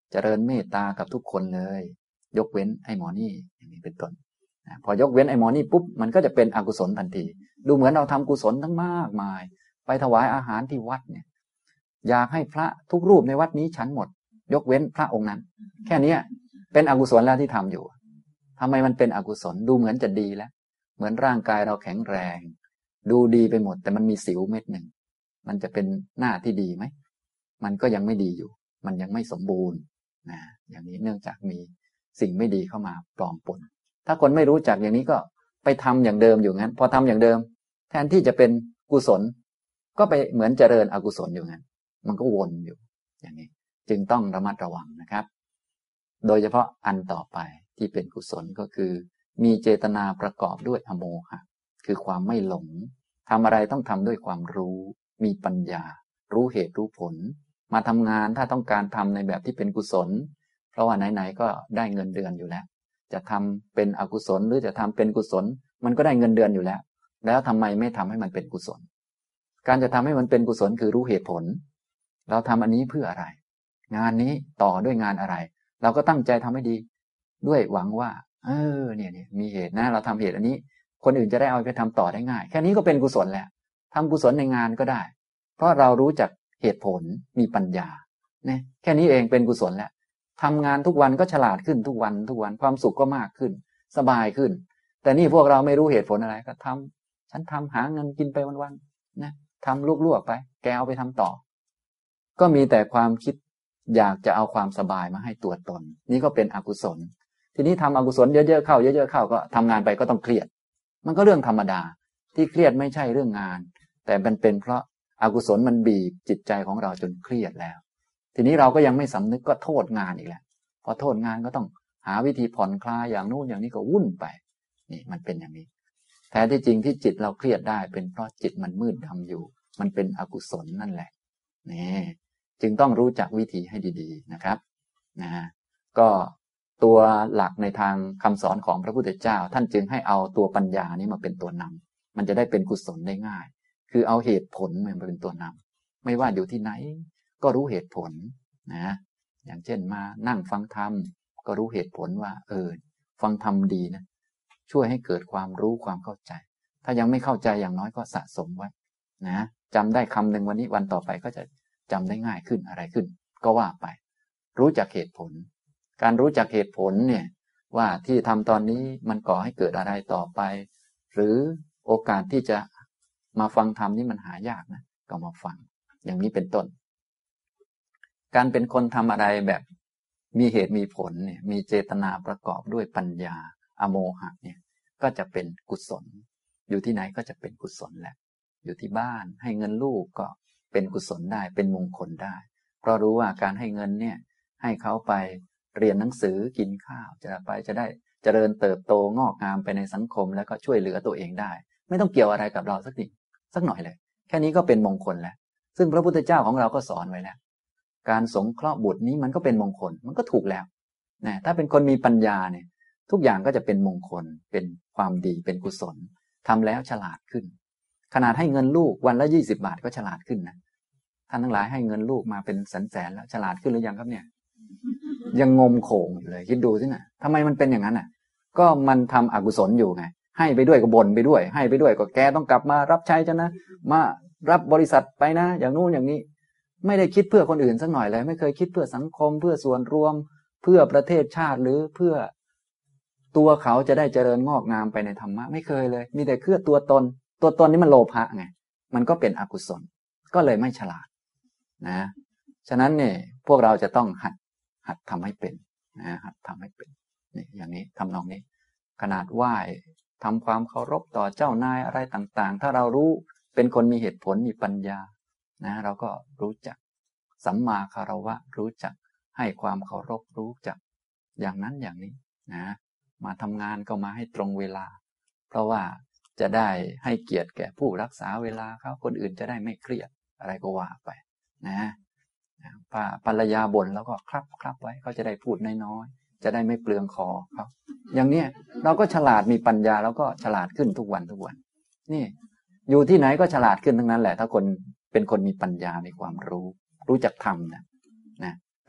เจริญเมตตากับทุกคนเลยยกเว้นไอ้หมอนี่อย่างนี้เป็นต้นพอยกเว้นไอ้หมอนี่ปุ๊บมันก็จะเป็นอกุศลทันทีดูเหมือนเราทำกุศลทั้งมากมายไปถวายอาหารที่วัดเนี่ยอยากให้พระทุกรูปในวัดนี้ฉันหมดยกเว้นพระองค์นั้นแค่นี้เป็นอกุศลแล้วที่ทำอยู่ทำไมมันเป็นอกุศลดูเหมือนจะดีแล้วเหมือนร่างกายเราแข็งแรงดูดีไปหมดแต่มันมีสิวเม็ดหนึ่งมันจะเป็นหน้าที่ดีไหมมันก็ยังไม่ดีอยู่มันยังไม่สมบูรณ์นะอย่างนี้เนื่องจากมีสิ่งไม่ดีเข้ามาปลอมปนถ้าคนไม่รู้จักอย่างนี้ก็ไปทำอย่างเดิมอยู่งั้นพอทำอย่างเดิมแทนที่จะเป็นกุศลก็ไปเหมือนเจริญอกุศลอยู่งั้นมันก็วนอยู่อย่างนี้จึงต้องระมัดระวังนะครับโดยเฉพาะอันต่อไปที่เป็นกุศลก็คือมีเจตนาประกอบด้วยอโมหะคือความไม่หลงทำอะไรต้องทำด้วยความรู้มีปัญญารู้เหตุรู้ผลมาทำงานถ้าต้องการทำในแบบที่เป็นกุศลเพราะว่าไหนๆก็ได้เงินเดือนอยู่แล้วจะทำเป็นอกุศลหรือจะทำเป็นกุศลมันก็ได้เงินเดือนอยู่แล้วแล้วทำไมไม่ทำให้มันเป็นกุศลการจะทำให้มันเป็นกุศลคือรู้เหตุผลเราทำอันนี้เพื่ออะไรงานนี้ต่อด้วยงานอะไรเราก็ตั้งใจทำให้ดีด้วยหวังว่าเนี่ยมีเหตุนะเราทำเหตุอันนี้คนอื่นจะได้เอาไปทำต่อได้ง่ายแค่นี้ก็เป็นกุศลแล้วทำกุศลในงานก็ได้เพราะเรารู้จักเหตุผลมีปัญญาเนี่ยแค่นี้เองเป็นกุศลแล้วทำงานทุกวันก็ฉลาดขึ้นทุกวันความสุขก็มากขึ้นสบายขึ้นแต่นี่พวกเราไม่รู้เหตุผลอะไรก็ทำฉันทำหาเงินกินไปวันๆนะทำลวกๆไปแกเอาไปทำต่อก็มีแต่ความคิดอยากจะเอาความสบายมาให้ตัวตนนี่ก็เป็นอกุศลทีนี้ทำอกุศลเยอะๆเข้าก็ทำงานไปก็ต้องเครียดมันก็เรื่องธรรมดาที่เครียดไม่ใช่เรื่องงานแต่มันเป็นเพราะอกุศลมันบีบจิตใจของเราจนเครียดแล้วทีนี้เราก็ยังไม่สำนึกก็โทษงานอีกแล้วพอโทษงานก็ต้องหาวิธีผ่อนคลายอย่างนู้นอย่างนี้ก็วุ่นไปนี่มันเป็นอย่างนี้แท้ที่จริงที่จิตเราเครียดได้เป็นเพราะจิตมันมืดดำอยู่มันเป็นอกุศลนั่นแหละนี่จึงต้องรู้จักวิธีให้ดีๆนะครับนะก็ตัวหลักในทางคำสอนของพระพุทธเจ้าท่านจึงให้เอาตัวปัญญานี้มาเป็นตัวนำมันจะได้เป็นกุศลได้ง่ายคือเอาเหตุผลมาเป็นตัวนำไม่ว่าอยู่ที่ไหนก็รู้เหตุผลนะอย่างเช่นมานั่งฟังธรรมก็รู้เหตุผลว่าฟังธรรมดีนะช่วยให้เกิดความรู้ความเข้าใจถ้ายังไม่เข้าใจอย่างน้อยก็สะสมไว้นะจำได้คำหนึ่งวันนี้วันต่อไปก็จะจำได้ง่ายขึ้นอะไรขึ้นก็ว่าไปรู้จักเหตุผลการรู้จักเหตุผลเนี่ยว่าที่ทำตอนนี้มันก่อให้เกิดอะไรต่อไปหรือโอกาสที่จะมาฟังธรรมนี่มันหายากนะก็มาฟังอย่างนี้เป็นต้นการเป็นคนทำอะไรแบบมีเหตุมีผลเนี่ยมีเจตนาประกอบด้วยปัญญาอโมหะเนี่ยก็จะเป็นกุศลอยู่ที่ไหนก็จะเป็นกุศลแหละอยู่ที่บ้านให้เงินลูกก็เป็นกุศลได้เป็นมงคลได้เพราะรู้ว่าการให้เงินเนี่ยให้เขาไปเรียนหนังสือกินข้าวจะได้เจริญเติบโตงอกงามไปในสังคมแล้วก็ช่วยเหลือตัวเองได้ไม่ต้องเกี่ยวอะไรกับเราสักหน่อยเลยแค่นี้ก็เป็นมงคลแล้วซึ่งพระพุทธเจ้าของเราก็สอนไว้แล้วการสงเคราะห์บุตรนี้มันก็เป็นมงคลมันก็ถูกแล้วนะถ้าเป็นคนมีปัญญาเนี่ยทุกอย่างก็จะเป็นมงคลเป็นความดีเป็นกุศลทำแล้วฉลาดขึ้นขนาดให้เงินลูกวันละ20 บาทก็ฉลาดขึ้นนะท่านทั้งหลายให้เงินลูกมาเป็นแสนๆแล้วฉลาดขึ้นหรือยังครับเนี่ยยังงมโขงอยู่เลยคิดดูสินะทำไมมันเป็นอย่างนั้นอ่ะก็มันทำอกุศลอยู่ไงให้ไปด้วยก็บ่นไปด้วยให้ไปด้วยก็แกต้องกลับมารับใช้ฉันนะมารับบริษัทไปนะอย่างนู้นอย่างนี้ไม่ได้คิดเพื่อคนอื่นสักหน่อยเลยไม่เคยคิดเพื่อสังคมเพื่อส่วนรวมเพื่อประเทศชาติหรือเพื่อตัวเขาจะได้เจริญงอกงามไปในธรรมะไม่เคยเลยมีแต่เพื่อตัวตนนี่มันโลภะไงมันก็เป็นอกุศลก็เลยไม่ฉลาดนะฉะนั้นเนี่ยพวกเราจะต้องหัดทำให้เป็นนะหัดทำให้เป็นนี่อย่างนี้ทำนองนี้ขนาดไหว้ทำความเคารพต่อเจ้านายอะไรต่างๆถ้าเรารู้เป็นคนมีเหตุผลมีปัญญานะเราก็รู้จักสัมมาคารวะรู้จักให้ความเคารพรู้จักอย่างนั้นอย่างนี้นะมาทำงานก็มาให้ตรงเวลาเพราะว่าจะได้ให้เกียรติแก่ผู้รักษาเวลาเขาคนอื่นจะได้ไม่เครียดอะไรก็ว่าไปนะภรรยาบ่นแล้วก็ครับไว้เขาจะได้พูดน้อยๆจะได้ไม่เปลืองคอเขาอย่างเนี้ยเราก็ฉลาดมีปัญญาแล้วก็ฉลาดขึ้นทุกวันนี่อยู่ที่ไหนก็ฉลาดขึ้นทั้งนั้นแหละถ้าคนเป็นคนมีปัญญามีความรู้จักธรรมนะ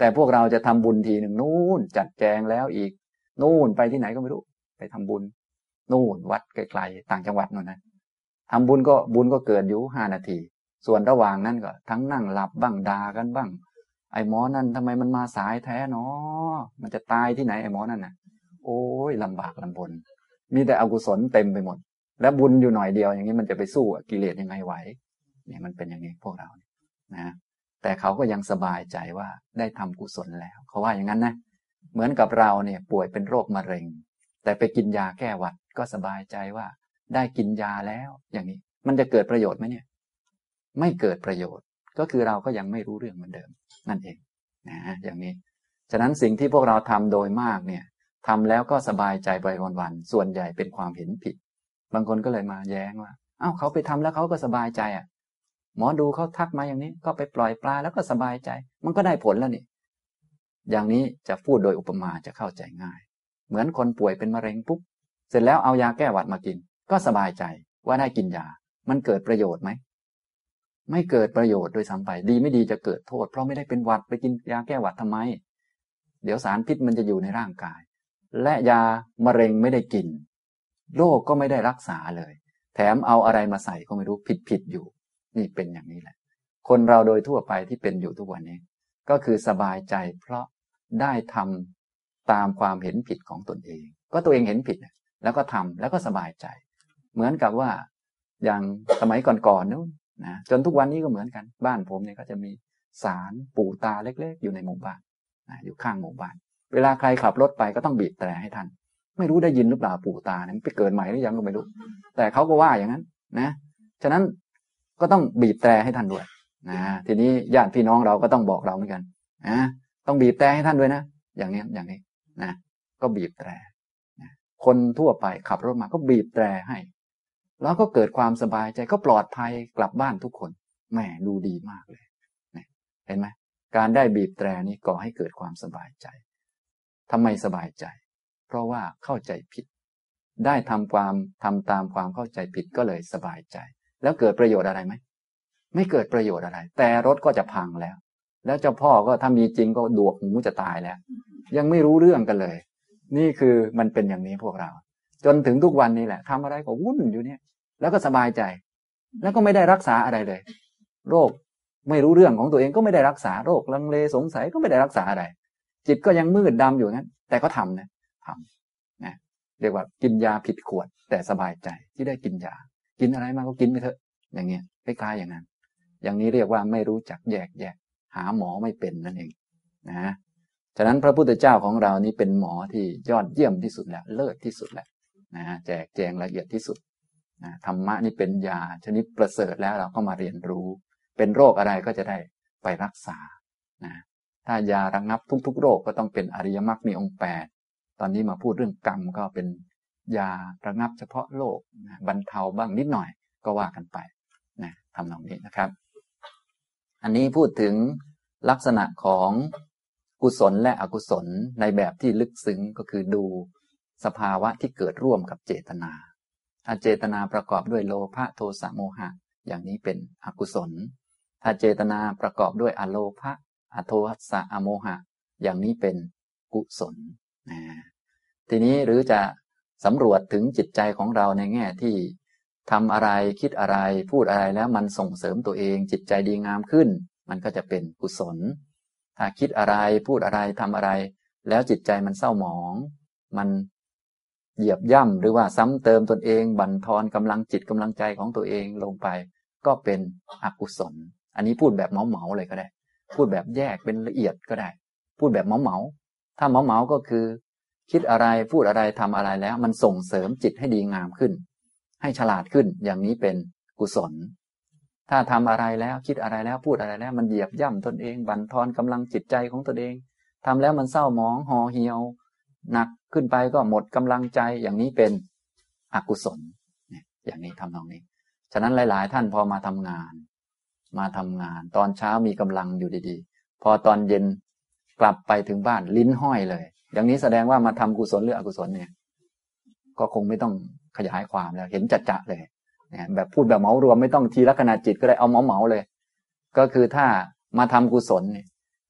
แต่พวกเราจะทำบุญทีหนึ่งนู่นจัดแจงแล้วอีกนู่นไปที่ไหนก็ไม่รู้ไปทำบุญนู่นวัดไกลๆต่างจังหวัดนู่นนะทำบุญก็เกิดอยู่5 นาทีส่วนระหว่างนั้นก็ทั้งนั่งหลับบ้างด่ากันบ้างไอ้หมอนั่นทำไมมันมาสายแท้เนาะมันจะตายที่ไหนไอ้หมอนั่นน่ะโอ้ยลำบากลำบนมีแต่อกุศลเต็มไปหมดแล้วบุญอยู่หน่อยเดียวอย่างนี้มันจะไปสู้กิเลสยังไงไหวเนี่ยมันเป็นอย่างนี้พวกเรานะแต่เขาก็ยังสบายใจว่าได้ทำกุศลแล้วเขาว่าอย่างนั้นนะเหมือนกับเราเนี่ยป่วยเป็นโรคมะเร็งแต่ไปกินยาแก้หวัดก็สบายใจว่าได้กินยาแล้วอย่างนี้มันจะเกิดประโยชน์ไหมเนี่ยไม่เกิดประโยชน์ก็คือเราก็ยังไม่รู้เรื่องเหมือนเดิมนั่นเองนะอย่างนี้ฉะนั้นสิ่งที่พวกเราทำโดยมากเนี่ยทำแล้วก็สบายใจไปวันๆส่วนใหญ่เป็นความเห็นผิดบางคนก็เลยมาแย้งว่าอ้าวเขาไปทำแล้วเขาก็สบายใจอ่ะหมอดูเขาทักมาอย่างนี้ก็ไปปล่อยปลาแล้วก็สบายใจมันก็ได้ผลแล้วนี่อย่างนี้จะพูดโดยอุปมาจะเข้าใจง่ายเหมือนคนป่วยเป็นมะเร็งปุ๊บเสร็จแล้วเอายาแก้หวัดมากินก็สบายใจว่าได้กินยามันเกิดประโยชน์ไหมไม่เกิดประโยชน์โดยซ้ำไปดีไม่ดีจะเกิดโทษเพราะไม่ได้เป็นหวัดไปกินยาแก้หวัดทำไมเดี๋ยวสารพิษมันจะอยู่ในร่างกายและยามะเร็งไม่ได้กินโรคก็ไม่ได้รักษาเลยแถมเอาอะไรมาใส่ก็ไม่รู้ผิดอยู่นี่เป็นอย่างนี้แหละคนเราโดยทั่วไปที่เป็นอยู่ทุกวันนี้ก็คือสบายใจเพราะได้ทำตามความเห็นผิดของตนเองก็ตัวเองเห็นผิดแล้วก็ทำแล้วก็สบายใจเหมือนกับว่าอย่างสมัยก่อนๆนู้นนะจนทุกวันนี้ก็เหมือนกันบ้านผมเนี่ยก็จะมีศาลปู่ตาเล็กๆอยู่ในหมู่บ้านอยู่ข้างหมู่บ้านเวลาใครขับรถไปก็ต้องบีบแตรให้ท่านไม่รู้ได้ยินหรือเปล่าปู่ตาเนี่ยไปเกิดใหม่หรือยังก็ไม่รู้แต่เขาก็ว่าอย่างนั้นนะฉะนั้นก็ต้องบีบแตรให้ท่านด้วยนะทีนี้ญาติพี่น้องเราก็ต้องบอกเราเหมือนกันนะต้องบีบแตรให้ท่านด้วยนะอย่างนี้นะก็บีบแตรนะคนทั่วไปขับรถมาก็บีบแตรให้แล้วก็เกิดความสบายใจก็ปลอดภัยกลับบ้านทุกคนแหมดูดีมากเลยนะเห็นไหมการได้บีบแตรนี้ก่อให้เกิดความสบายใจทำไมสบายใจเพราะว่าเข้าใจผิดได้ทำตามความเข้าใจผิดก็เลยสบายใจแล้วเกิดประโยชน์อะไรไหมไม่เกิดประโยชน์อะไรแต่รถก็จะพังแล้วเจ้าพ่อก็ถ้ามีจริงก็ดวกหูจะตายแล้วยังไม่รู้เรื่องกันเลยนี่คือมันเป็นอย่างนี้พวกเราจนถึงทุกวันนี้แหละทำอะไรก็วุ่นอยู่เนี่ยแล้วก็สบายใจแล้วก็ไม่ได้รักษาอะไรเลยโรคไม่รู้เรื่องของตัวเองก็ไม่ได้รักษาโรคลังเลสงสัยก็ไม่ได้รักษาอะไรจิตก็ยังมืดดำอยู่งั้นแต่ก็ทำนะเรียกว่ากินยาผิดขวดแต่สบายใจที่ได้กินยากินอะไรมาก็กินไปเถอะอย่างเงี้ยคล้ายๆอย่างนั้นอย่างนี้เรียกว่าไม่รู้จักแยกหาหมอไม่เป็นนั่นเองนะฉะนั้นพระพุทธเจ้าของเรานี้เป็นหมอที่ยอดเยี่ยมที่สุดแล้วเลิศที่สุดแล้วนะแจกแจงละเอียดที่สุดนะธรรมะนี่เป็นยาชนิดประเสริฐแล้วเราก็มาเรียนรู้เป็นโรคอะไรก็จะได้ไปรักษานะถ้ายาระงับทุกๆโรคก็ต้องเป็นอริยมรรคมีองค์8ตอนนี้มาพูดเรื่องกรรมก็เป็นยาระงับเฉพาะโรคนะบรรเทาบ้างนิดหน่อยก็ว่ากันไปนะทำนองนี้นะครับอันนี้พูดถึงลักษณะของกุศลและอกุศลในแบบที่ลึกซึ้งก็คือดูสภาวะที่เกิดร่วมกับเจตนาถ้าเจตนาประกอบด้วยโลภะโทสะโมหะอย่างนี้เป็นอกุศลถ้าเจตนาประกอบด้วยอโลภะอโทสะอโมหะอย่างนี้เป็นกุศลทีนี้หรือจะสำรวจถึงจิตใจของเราในแง่ที่ทำอะไรคิดอะไรพูดอะไรแล้วมันส่งเสริมตัวเองจิตใจดีงามขึ้นมันก็จะเป็นกุศลถ้าคิดอะไรพูดอะไรทำอะไรแล้วจิตใจมันเศร้าหมองมันเหยียบย่ำหรือว่าซ้ำเติมตนเองบั่นทอนกำลังจิตกำลังใจของตัวเองลงไปก็เป็นอกุศลอันนี้พูดแบบเหมาๆเลยก็ได้พูดแบบแยกเป็นละเอียดก็ได้พูดแบบเหมาๆถ้าเหมาๆก็คือคิดอะไรพูดอะไรทำอะไรแล้วมันส่งเสริมจิตให้ดีงามขึ้นให้ฉลาดขึ้นอย่างนี้เป็นกุศลถ้าทำอะไรแล้วคิดอะไรแล้วพูดอะไรแล้วมันเหยียบย่ำตนเองบั่นทอนกำลังจิตใจของตนเองทำแล้วมันเศร้าหมองห่อเหี่ยวหนักขึ้นไปก็หมดกำลังใจอย่างนี้เป็นอกุศลอย่างนี้ทำนองนี้ฉะนั้นหลายๆท่านพอมาทำงานตอนเช้ามีกำลังอยู่ดีๆพอตอนเย็นกลับไปถึงบ้านลิ้นห้อยเลยอย่างนี้แสดงว่ามาทำกุศลหรืออกุศลเนี่ยก็คงไม่ต้องขยายความแล้วเห็นจัดๆเลยแบบพูดแบบเหมารวมไม่ต้องทีละขณะจิตก็ได้เอาเหมาเลยก็คือถ้ามาทำกุศลเนี่ย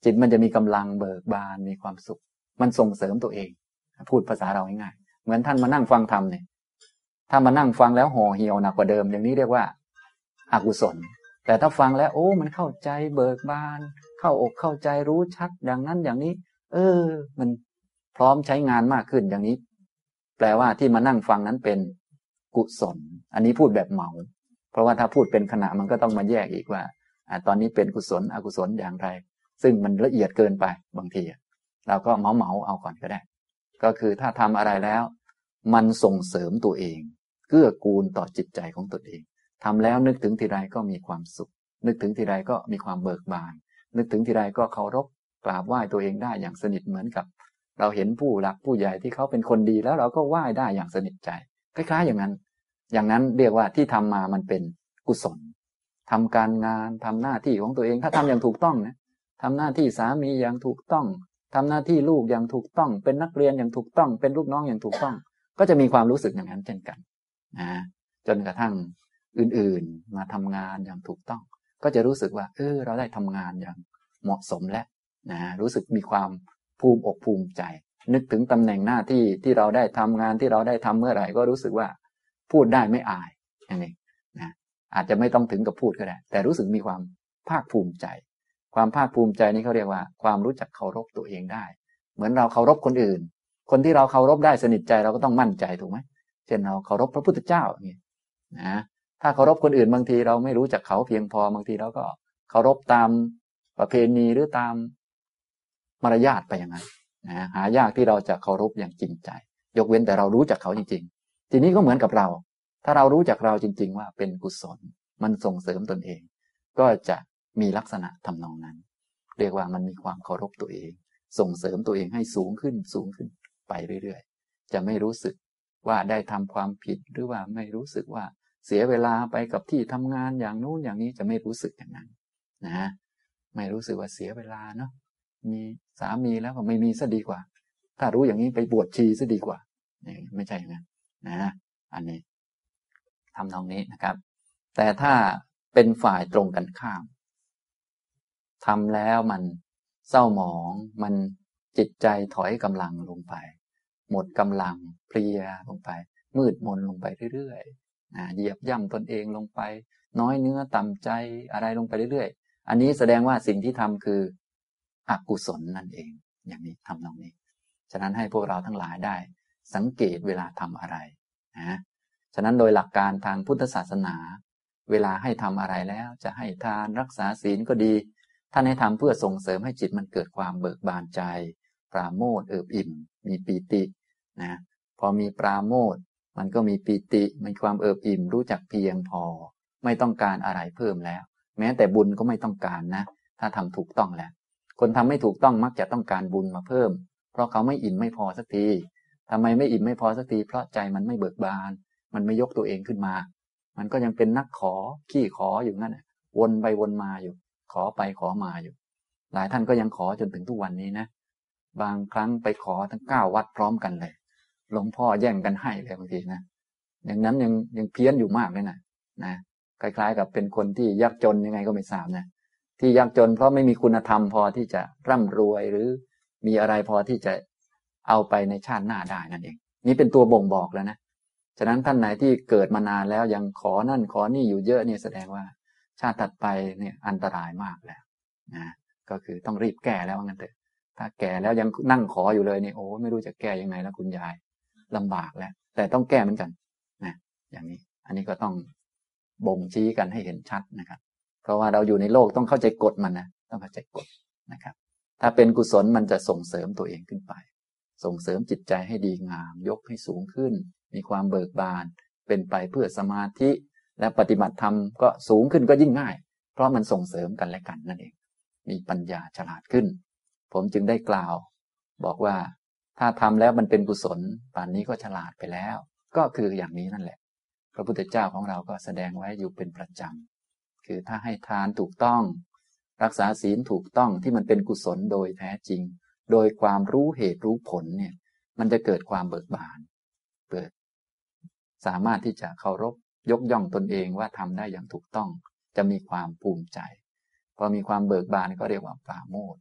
จิตมันจะมีกำลังเบิกบานมีความสุขมันส่งเสริมตัวเองพูดภาษาเราง่ายๆเหมือนท่านมานั่งฟังธรรมเนี่ยถ้ามานั่งฟังแล้วห่อเหี่ยวหนักกว่าเดิมอย่างนี้เรียกว่าอกุศลแต่ถ้าฟังแล้วโอ้มันเข้าใจเบิกบานเข้าอกเข้าใจรู้ชัดอย่างนั้นอย่างนี้มันพร้อมใช้งานมากขึ้นอย่างนี้แปลว่าที่มานั่งฟังนั้นเป็นกุศลอันนี้พูดแบบเหมาเพราะว่าถ้าพูดเป็นขณะมันก็ต้องมาแยกอีกว่าตอนนี้เป็นกุศลอกุศลอย่างไรซึ่งมันละเอียดเกินไปบางทีเราก็เหมาเอาก่อนก็ได้ก็คือถ้าทำอะไรแล้วมันส่งเสริมตัวเองเกื้อกูลต่อจิตใจของตนเองทำแล้วนึกถึงทีไรก็มีความสุขนึกถึงทีไรก็มีความเบิกบานนึกถึงทีไรก็เคารพกราบไหว้ตัวเองได้อย่างสนิทเหมือนกับเราเห็นผู้หลักผู้ใหญ่ที่เขาเป็นคนดีแล้วเราก็ไหว้ได้อย่างสนิทใจคล้ายๆอย่างนั้นเรียกว่าที่ทำมามันเป็นกุศลทำการงานทำหน้าที่ของตัวเองถ้าทำอย่างถูกต้องนะทำหน้าที่สามีอย่างถูกต้องทำหน้าที่ลูกอย่างถูกต้องเป็นนักเรียนอย่างถูกต้องเป็นลูกน้องอย่างถูกต้องก็จะมีความรู้สึกอย่างนั้นเช่นกันนะจนกระทั่งอื่นๆมาทำงานอย่างถูกต้องก็จะรู้สึกว่าเราได้ทำงานอย่างเหมาะสมแล้วนะรู้สึกมีความภูมิอกภูมิใจนึกถึงตำแหน่งหน้าที่ที่เราได้ทำงานที่เราได้ทำเมื่อไหร่ก็รู้สึกว่าพูดได้ไม่อายอย่างนี้นะอาจจะไม่ต้องถึงกับพูดก็ได้แต่รู้สึกมีความภาคภูมิใจความภาคภูมิใจนี้เขาเรียกว่าความรู้จักเคารพตัวเองได้เหมือนเราเคารพคนอื่นคนที่เราเคารพได้สนิทใจเราก็ต้องมั่นใจถูกไหมเช่นเราเคารพพระพุทธเจ้าอย่างนี้นะถ้าเคารพคนอื่นบางทีเราไม่รู้จักเขาเพียงพอบางทีเราก็เคารพตามประเพณีหรือตามมารยาทไปอย่างนั้นนะหายากที่เราจะเคารพอย่างจริงใจยกเว้นแต่เรารู้จักเขาจริงๆทีนี้ก็เหมือนกับเราถ้าเรารู้จักเราจริงๆว่าเป็นกุศลมันส่งเสริมตนเองก็จะมีลักษณะทำนองนั้นเรียกว่ามันมีความเคารพตัวเองส่งเสริมตัวเองให้สูงขึ้นไปเรื่อยๆจะไม่รู้สึกว่าได้ทำความผิดหรือว่าไม่รู้สึกว่าเสียเวลาไปกับที่ทำงานอย่างนู้นอย่างนี้จะไม่รู้สึกอย่างนั้นนะไม่รู้สึกว่าเสียเวลาเนาะมีสามีแล้วก็ไม่มีซะดีกว่าถ้ารู้อย่างนี้ไปบวชชีซะดีกว่าไม่ใช่อย่างนั้นนะอันนี้ทำนองนี้นะครับแต่ถ้าเป็นฝ่ายตรงกันข้ามทำแล้วมันเศร้าหมองมันจิตใจถอยกำลังลงไปหมดกำลังเพลียลงไปมืดมนลงไปเรื่อยๆเหยียบย่ำตนเองลงไปน้อยเนื้อต่ำใจอะไรลงไปเรื่อยๆอันนี้แสดงว่าสิ่งที่ทำคืออกุศลนั่นเองอย่างนี้ทำนองนี้ฉะนั้นให้พวกเราทั้งหลายได้สังเกตเวลาทำอะไรนะฉะนั้นโดยหลักการทางพุทธศาสนาเวลาให้ทำอะไรแล้วจะให้ทานรักษาศีลก็ดีท่านให้ทำเพื่อส่งเสริมให้จิตมันเกิดความเบิกบานใจปราโมทย์เอิบอิ่มมีปีตินะพอมีปราโมทย์มันก็มีปีติมีความเอิบอิ่มรู้จักเพียงพอไม่ต้องการอะไรเพิ่มแล้วแม้แต่บุญก็ไม่ต้องการนะถ้าทำถูกต้องแล้วคนทำไม่ถูกต้องมักจะต้องการบุญมาเพิ่มเพราะเขาไม่อิ่มไม่พอสักทีทำไมไม่อิ่มไม่พอสักทีเพราะใจมันไม่เบิกบานมันไม่ยกตัวเองขึ้นมามันก็ยังเป็นนักขอขี้ขออยู่นั่นวนไปวนมาอยู่ขอไปขอมาอยู่หลายท่านก็ยังขอจนถึงทุกวันนี้นะบางครั้งไปขอทั้ง9 วัดพร้อมกันเลยหลวงพ่อแย่งกันให้เลยบางทีนะอย่างนั้นยังเพี้ยนอยู่มากเลยนะคล้ายๆกับเป็นคนที่ยากจนยังไงก็ไม่ทราบนะที่ยากจนเพราะไม่มีคุณธรรมพอที่จะร่ำรวยหรือมีอะไรพอที่จะเอาไปในชาติหน้าได้นั่นเองนี่เป็นตัวบ่งบอกแล้วนะฉะนั้นท่านไหนที่เกิดมานานแล้วยังขอนั่นขอนี่อยู่เยอะเนี่ยแสดงว่าชาติถัดไปเนี่ยอันตรายมากแล้วนะก็คือต้องรีบแก้แล้วงั้นเถอะถ้าแก่แล้วยังนั่งขออยู่เลยเนี่ยโอ้ไม่รู้จะแก้ยังไงแล้วคุณยายลำบากแล้วแต่ต้องแก้เหมือนกันนะอย่างนี้อันนี้ก็ต้องบ่งชี้กันให้เห็นชัดนะครับเพราะว่าเราอยู่ในโลกต้องเข้าใจกฎมันนะต้องเข้าใจกฎนะครับถ้าเป็นกุศลมันจะส่งเสริมตัวเองขึ้นไปส่งเสริมจิตใจให้ดีงามยกให้สูงขึ้นมีความเบิกบานเป็นไปเพื่อสมาธิและปฏิบัติธรรมก็สูงขึ้นก็ยิ่งง่ายเพราะมันส่งเสริมกันและกันนั่นเองมีปัญญาฉลาดขึ้นผมจึงได้กล่าวบอกว่าถ้าทำแล้วมันเป็นกุศลป่านนี้ก็ฉลาดไปแล้วก็คืออย่างนี้นั่นแหละพระพุทธเจ้าของเราก็แสดงไว้อยู่เป็นประจำคือถ้าให้ทานถูกต้องรักษาศีลถูกต้องที่มันเป็นกุศลโดยแท้จริงโดยความรู้เหตุรู้ผลเนี่ยมันจะเกิดความเบิกบานสามารถที่จะเคารพยกย่องตนเองว่าทำได้อย่างถูกต้องจะมีความภูมิใจพอมีความเบิกบานก็เรียกว่าปราโมทย์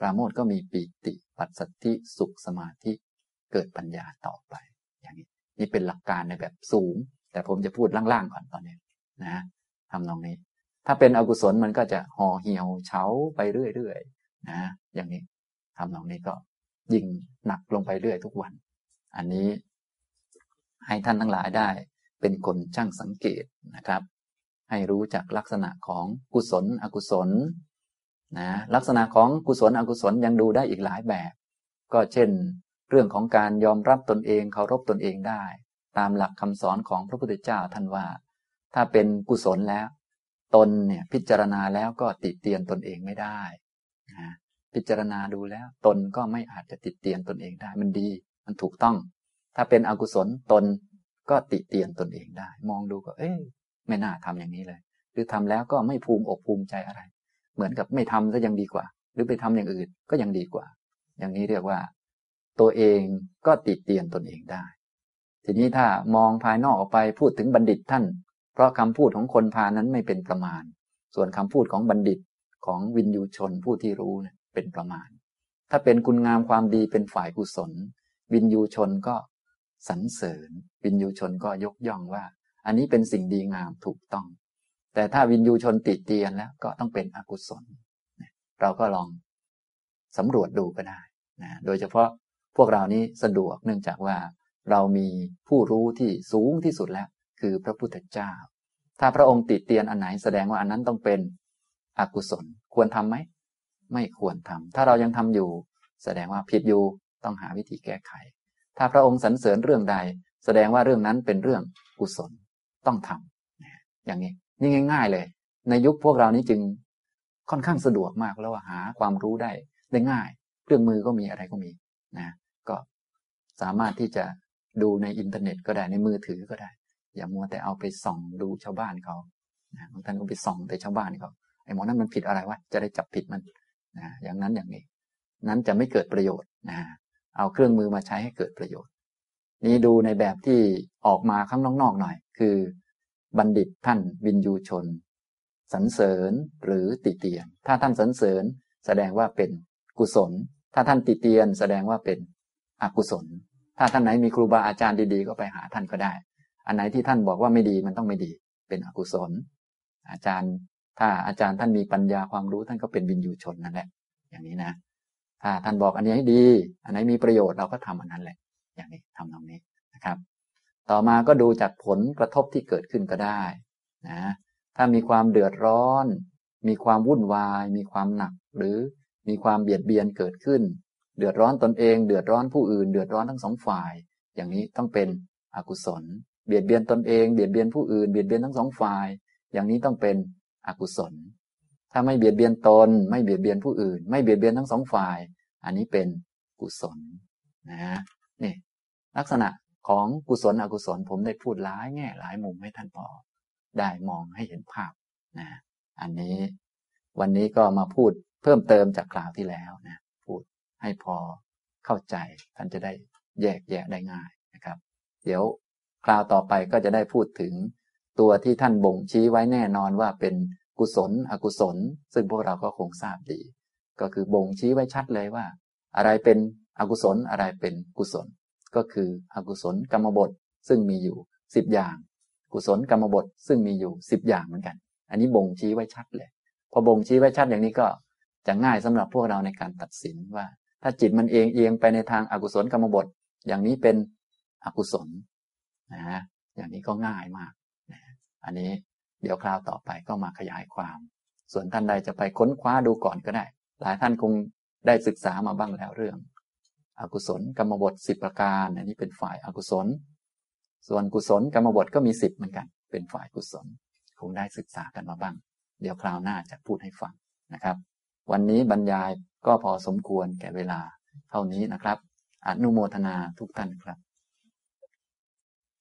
ปราโมทย์ก็มีปีติปัสสัทธิสุขสมาธิเกิดปัญญาต่อไปอย่างนี้นี่เป็นหลักการในแบบสูงแต่ผมจะพูดล่างๆก่อนตอนนี้นะทำนองนี้ถ้าเป็นอกุศลมันก็จะห่อเหี่ยวเฉาไปเรื่อยๆนะอย่างนี้ทำนองนี้ก็ยิ่งหนักลงไปเรื่อยทุกวันอันนี้ให้ท่านทั้งหลายได้เป็นคนช่างสังเกตนะครับให้รู้จักลักษณะของกุศลอกุศลนะลักษณะของกุศลอกุศลยังดูได้อีกหลายแบบก็เช่นเรื่องของการยอมรับตนเองเคารพตนเองได้ตามหลักคำสอนของพระพุทธเจ้าท่านว่าถ้าเป็นกุศลแล้วตนเนี่ยพิจารณาแล้วก็ติเตียนตนเองไม่ได้นะพิจารณาดูแล้วตนก็ไม่อาจจะติเตียนตนเองได้มันดีมันถูกต้องถ้าเป็นอกุศลตนก็ติเตียนตนเองได้มองดูก็ไม่น่าทำอย่างนี้เลยหรือทำแล้วก็ไม่ภูมิอกภูมิใจอะไรเหมือนกับไม่ทำซะยังดีกว่าหรือไปทำอย่างอื่นก็ยังดีกว่าอย่างนี้เรียกว่าตัวเองก็ติเตียนตนเองได้ทีนี้ถ้ามองภายนอกออกไปพูดถึงบัณฑิตท่านเพราะคำพูดของคนพาลนั้นไม่เป็นประมาณส่วนคำพูดของบัณฑิตของวินยูชนผู้ที่รู้เนี่ยเป็นประมาณถ้าเป็นคุณงามความดีเป็นฝ่ายกุศลวินยูชนก็สรรเสริญวินยูชนก็ยกย่องว่าอันนี้เป็นสิ่งดีงามถูกต้องแต่ถ้าวินยูชนติเตียนแล้วก็ต้องเป็นอกุศลเราก็ลองสำรวจดูก็ได้นะโดยเฉพาะพวกเรานี้สะดวกเนื่องจากว่าเรามีผู้รู้ที่สูงที่สุดแล้วคือพระพุทธเจ้าถ้าพระองค์ติเตียนอันไหนแสดงว่าอันนั้นต้องเป็นอกุศลควรทำไหมไม่ควรทำถ้าเรายังทำอยู่แสดงว่าผิดอยู่ต้องหาวิธีแก้ไขถ้าพระองค์สรรเสริญเรื่องใดแสดงว่าเรื่องนั้นเป็นเรื่องกุศลต้องทำอย่างนี้นี่ง่ายๆเลยในยุคพวกเรานี้จึงค่อนข้างสะดวกมากแล้วว่าหาความรู้ได้ง่ายเครื่องมือก็มีอะไรก็มีนะก็สามารถที่จะดูในอินเทอร์เน็ตก็ได้ในมือถือก็ได้อย่ามัวแต่เอาไปส่องดูชาวบ้านเขานะบางท่านก็ไปส่องแต่ชาวบ้านเขาไอ้หมอนั้นมันผิดอะไรวะจะได้จับผิดมันนะอย่างนั้นอย่างนี้นั้นจะไม่เกิดประโยชน์นะเอาเครื่องมือมาใช้ให้เกิดประโยชน์นี้ดูในแบบที่ออกมาข้างนอกๆหน่อยคือบัณฑิตท่านวินยูชนสรรเสริญหรือติเตียนถ้าท่านสรรเสริญแสดงว่าเป็นกุศลถ้าท่านติเตียนแสดงว่าเป็นอกุศลถ้าท่านไหนมีครูบาอาจารย์ดีๆก็ไปหาท่านก็ได้อันไหนที่ท่านบอกว่าไม่ดีมันต้องไม่ดีเป็นอกุศลอาจารย์ถ้าอาจารย์ท่านมีปัญญาความรู้ท่านก็เป็นวินยูชนนั่นแหละอย่างนี้นะถ้าท่านบอกอันนี้ให้ดีอันไหนมีประโยชน์เราก็ทำอันนั้นแหละอย่างนี้ทำตรงนี้นะครับต่อมาก็ดูจากผลกระทบที่เกิดขึ้นก็ได้นะถ้ามีความเดือดร้อนมีความวุ่นวายมีความหนักหรือมีความเบียดเบียนเกิดขึ้นเดือดร้อนตนเองเดือดร้อนผู้อื่นเดือดร้อนทั้งสองฝ่ายอย่างนี้ต้องเป็นอกุศลเบียดเบียนตนเองเบียดเบียนผู้อื่นเบียดเบียนทั้งสองฝ่ายอย่างนี้ต้องเป็นอกุศลถ้าไม่เบียดเบียนตนไม่เบียดเบียนผู้อื่นไม่เบียดเบียนทั้งสองฝ่ายอันนี้เป็นกุศลนะนี่ลักษณะของกุศลอกุศลผมได้พูดหลายแง่หลายมุมให้ท่านพอได้มองให้เห็นภาพนะอันนี้วันนี้ก็มาพูดเพิ่มเติมจากคราวที่แล้วนะพูดให้พอเข้าใจท่านจะได้แยกแยะได้ง่ายนะครับเดี๋ยวคราวต่อไปก็จะได้พูดถึงตัวที่ท่านบ่งชี้ไว้แน่นอนว่าเป็นกุศลอกุศลซึ่งพวกเราก็คงทราบดีก็คือบ่งชี้ไว้ชัดเลยว่าอะไรเป็นอกุศลอะไรเป็นกุศลก็คืออกุศลกรรมบทซึ่งมีอยู่10อย่างกุศลกรรมบทซึ่งมีอยู่10อย่างเหมือนกันอันนี้บ่งชี้ไว้ชัดเลยพอบ่งชี้ไว้ชัดอย่างนี้ก็จะง่ายสำหรับพวกเราในการตัดสินว่าถ้าจิตมันเอียงไปในทางอกุศลกรรมบทอย่างนี้เป็นอกุศลนะอย่างนี้ก็ง่ายมากนะอันนี้เดี๋ยวคราวต่อไปก็มาขยายความส่วนท่านใดจะไปค้นคว้าดูก่อนก็ได้หลายท่านคงได้ศึกษามาบ้างแล้วเรื่องอกุศลกรรมบท10ประการอันนี้เป็นฝ่ายอกุศลส่วนกุศลกรรมบทก็มี10เหมือนกันเป็นฝ่ายกุศลคงได้ศึกษากันมาบ้างเดี๋ยวคราวหน้าจะพูดให้ฟังนะครับวันนี้บรรยายก็พอสมควรแก่เวลาเท่านี้นะครับอนุโมทนาทุกท่านครับ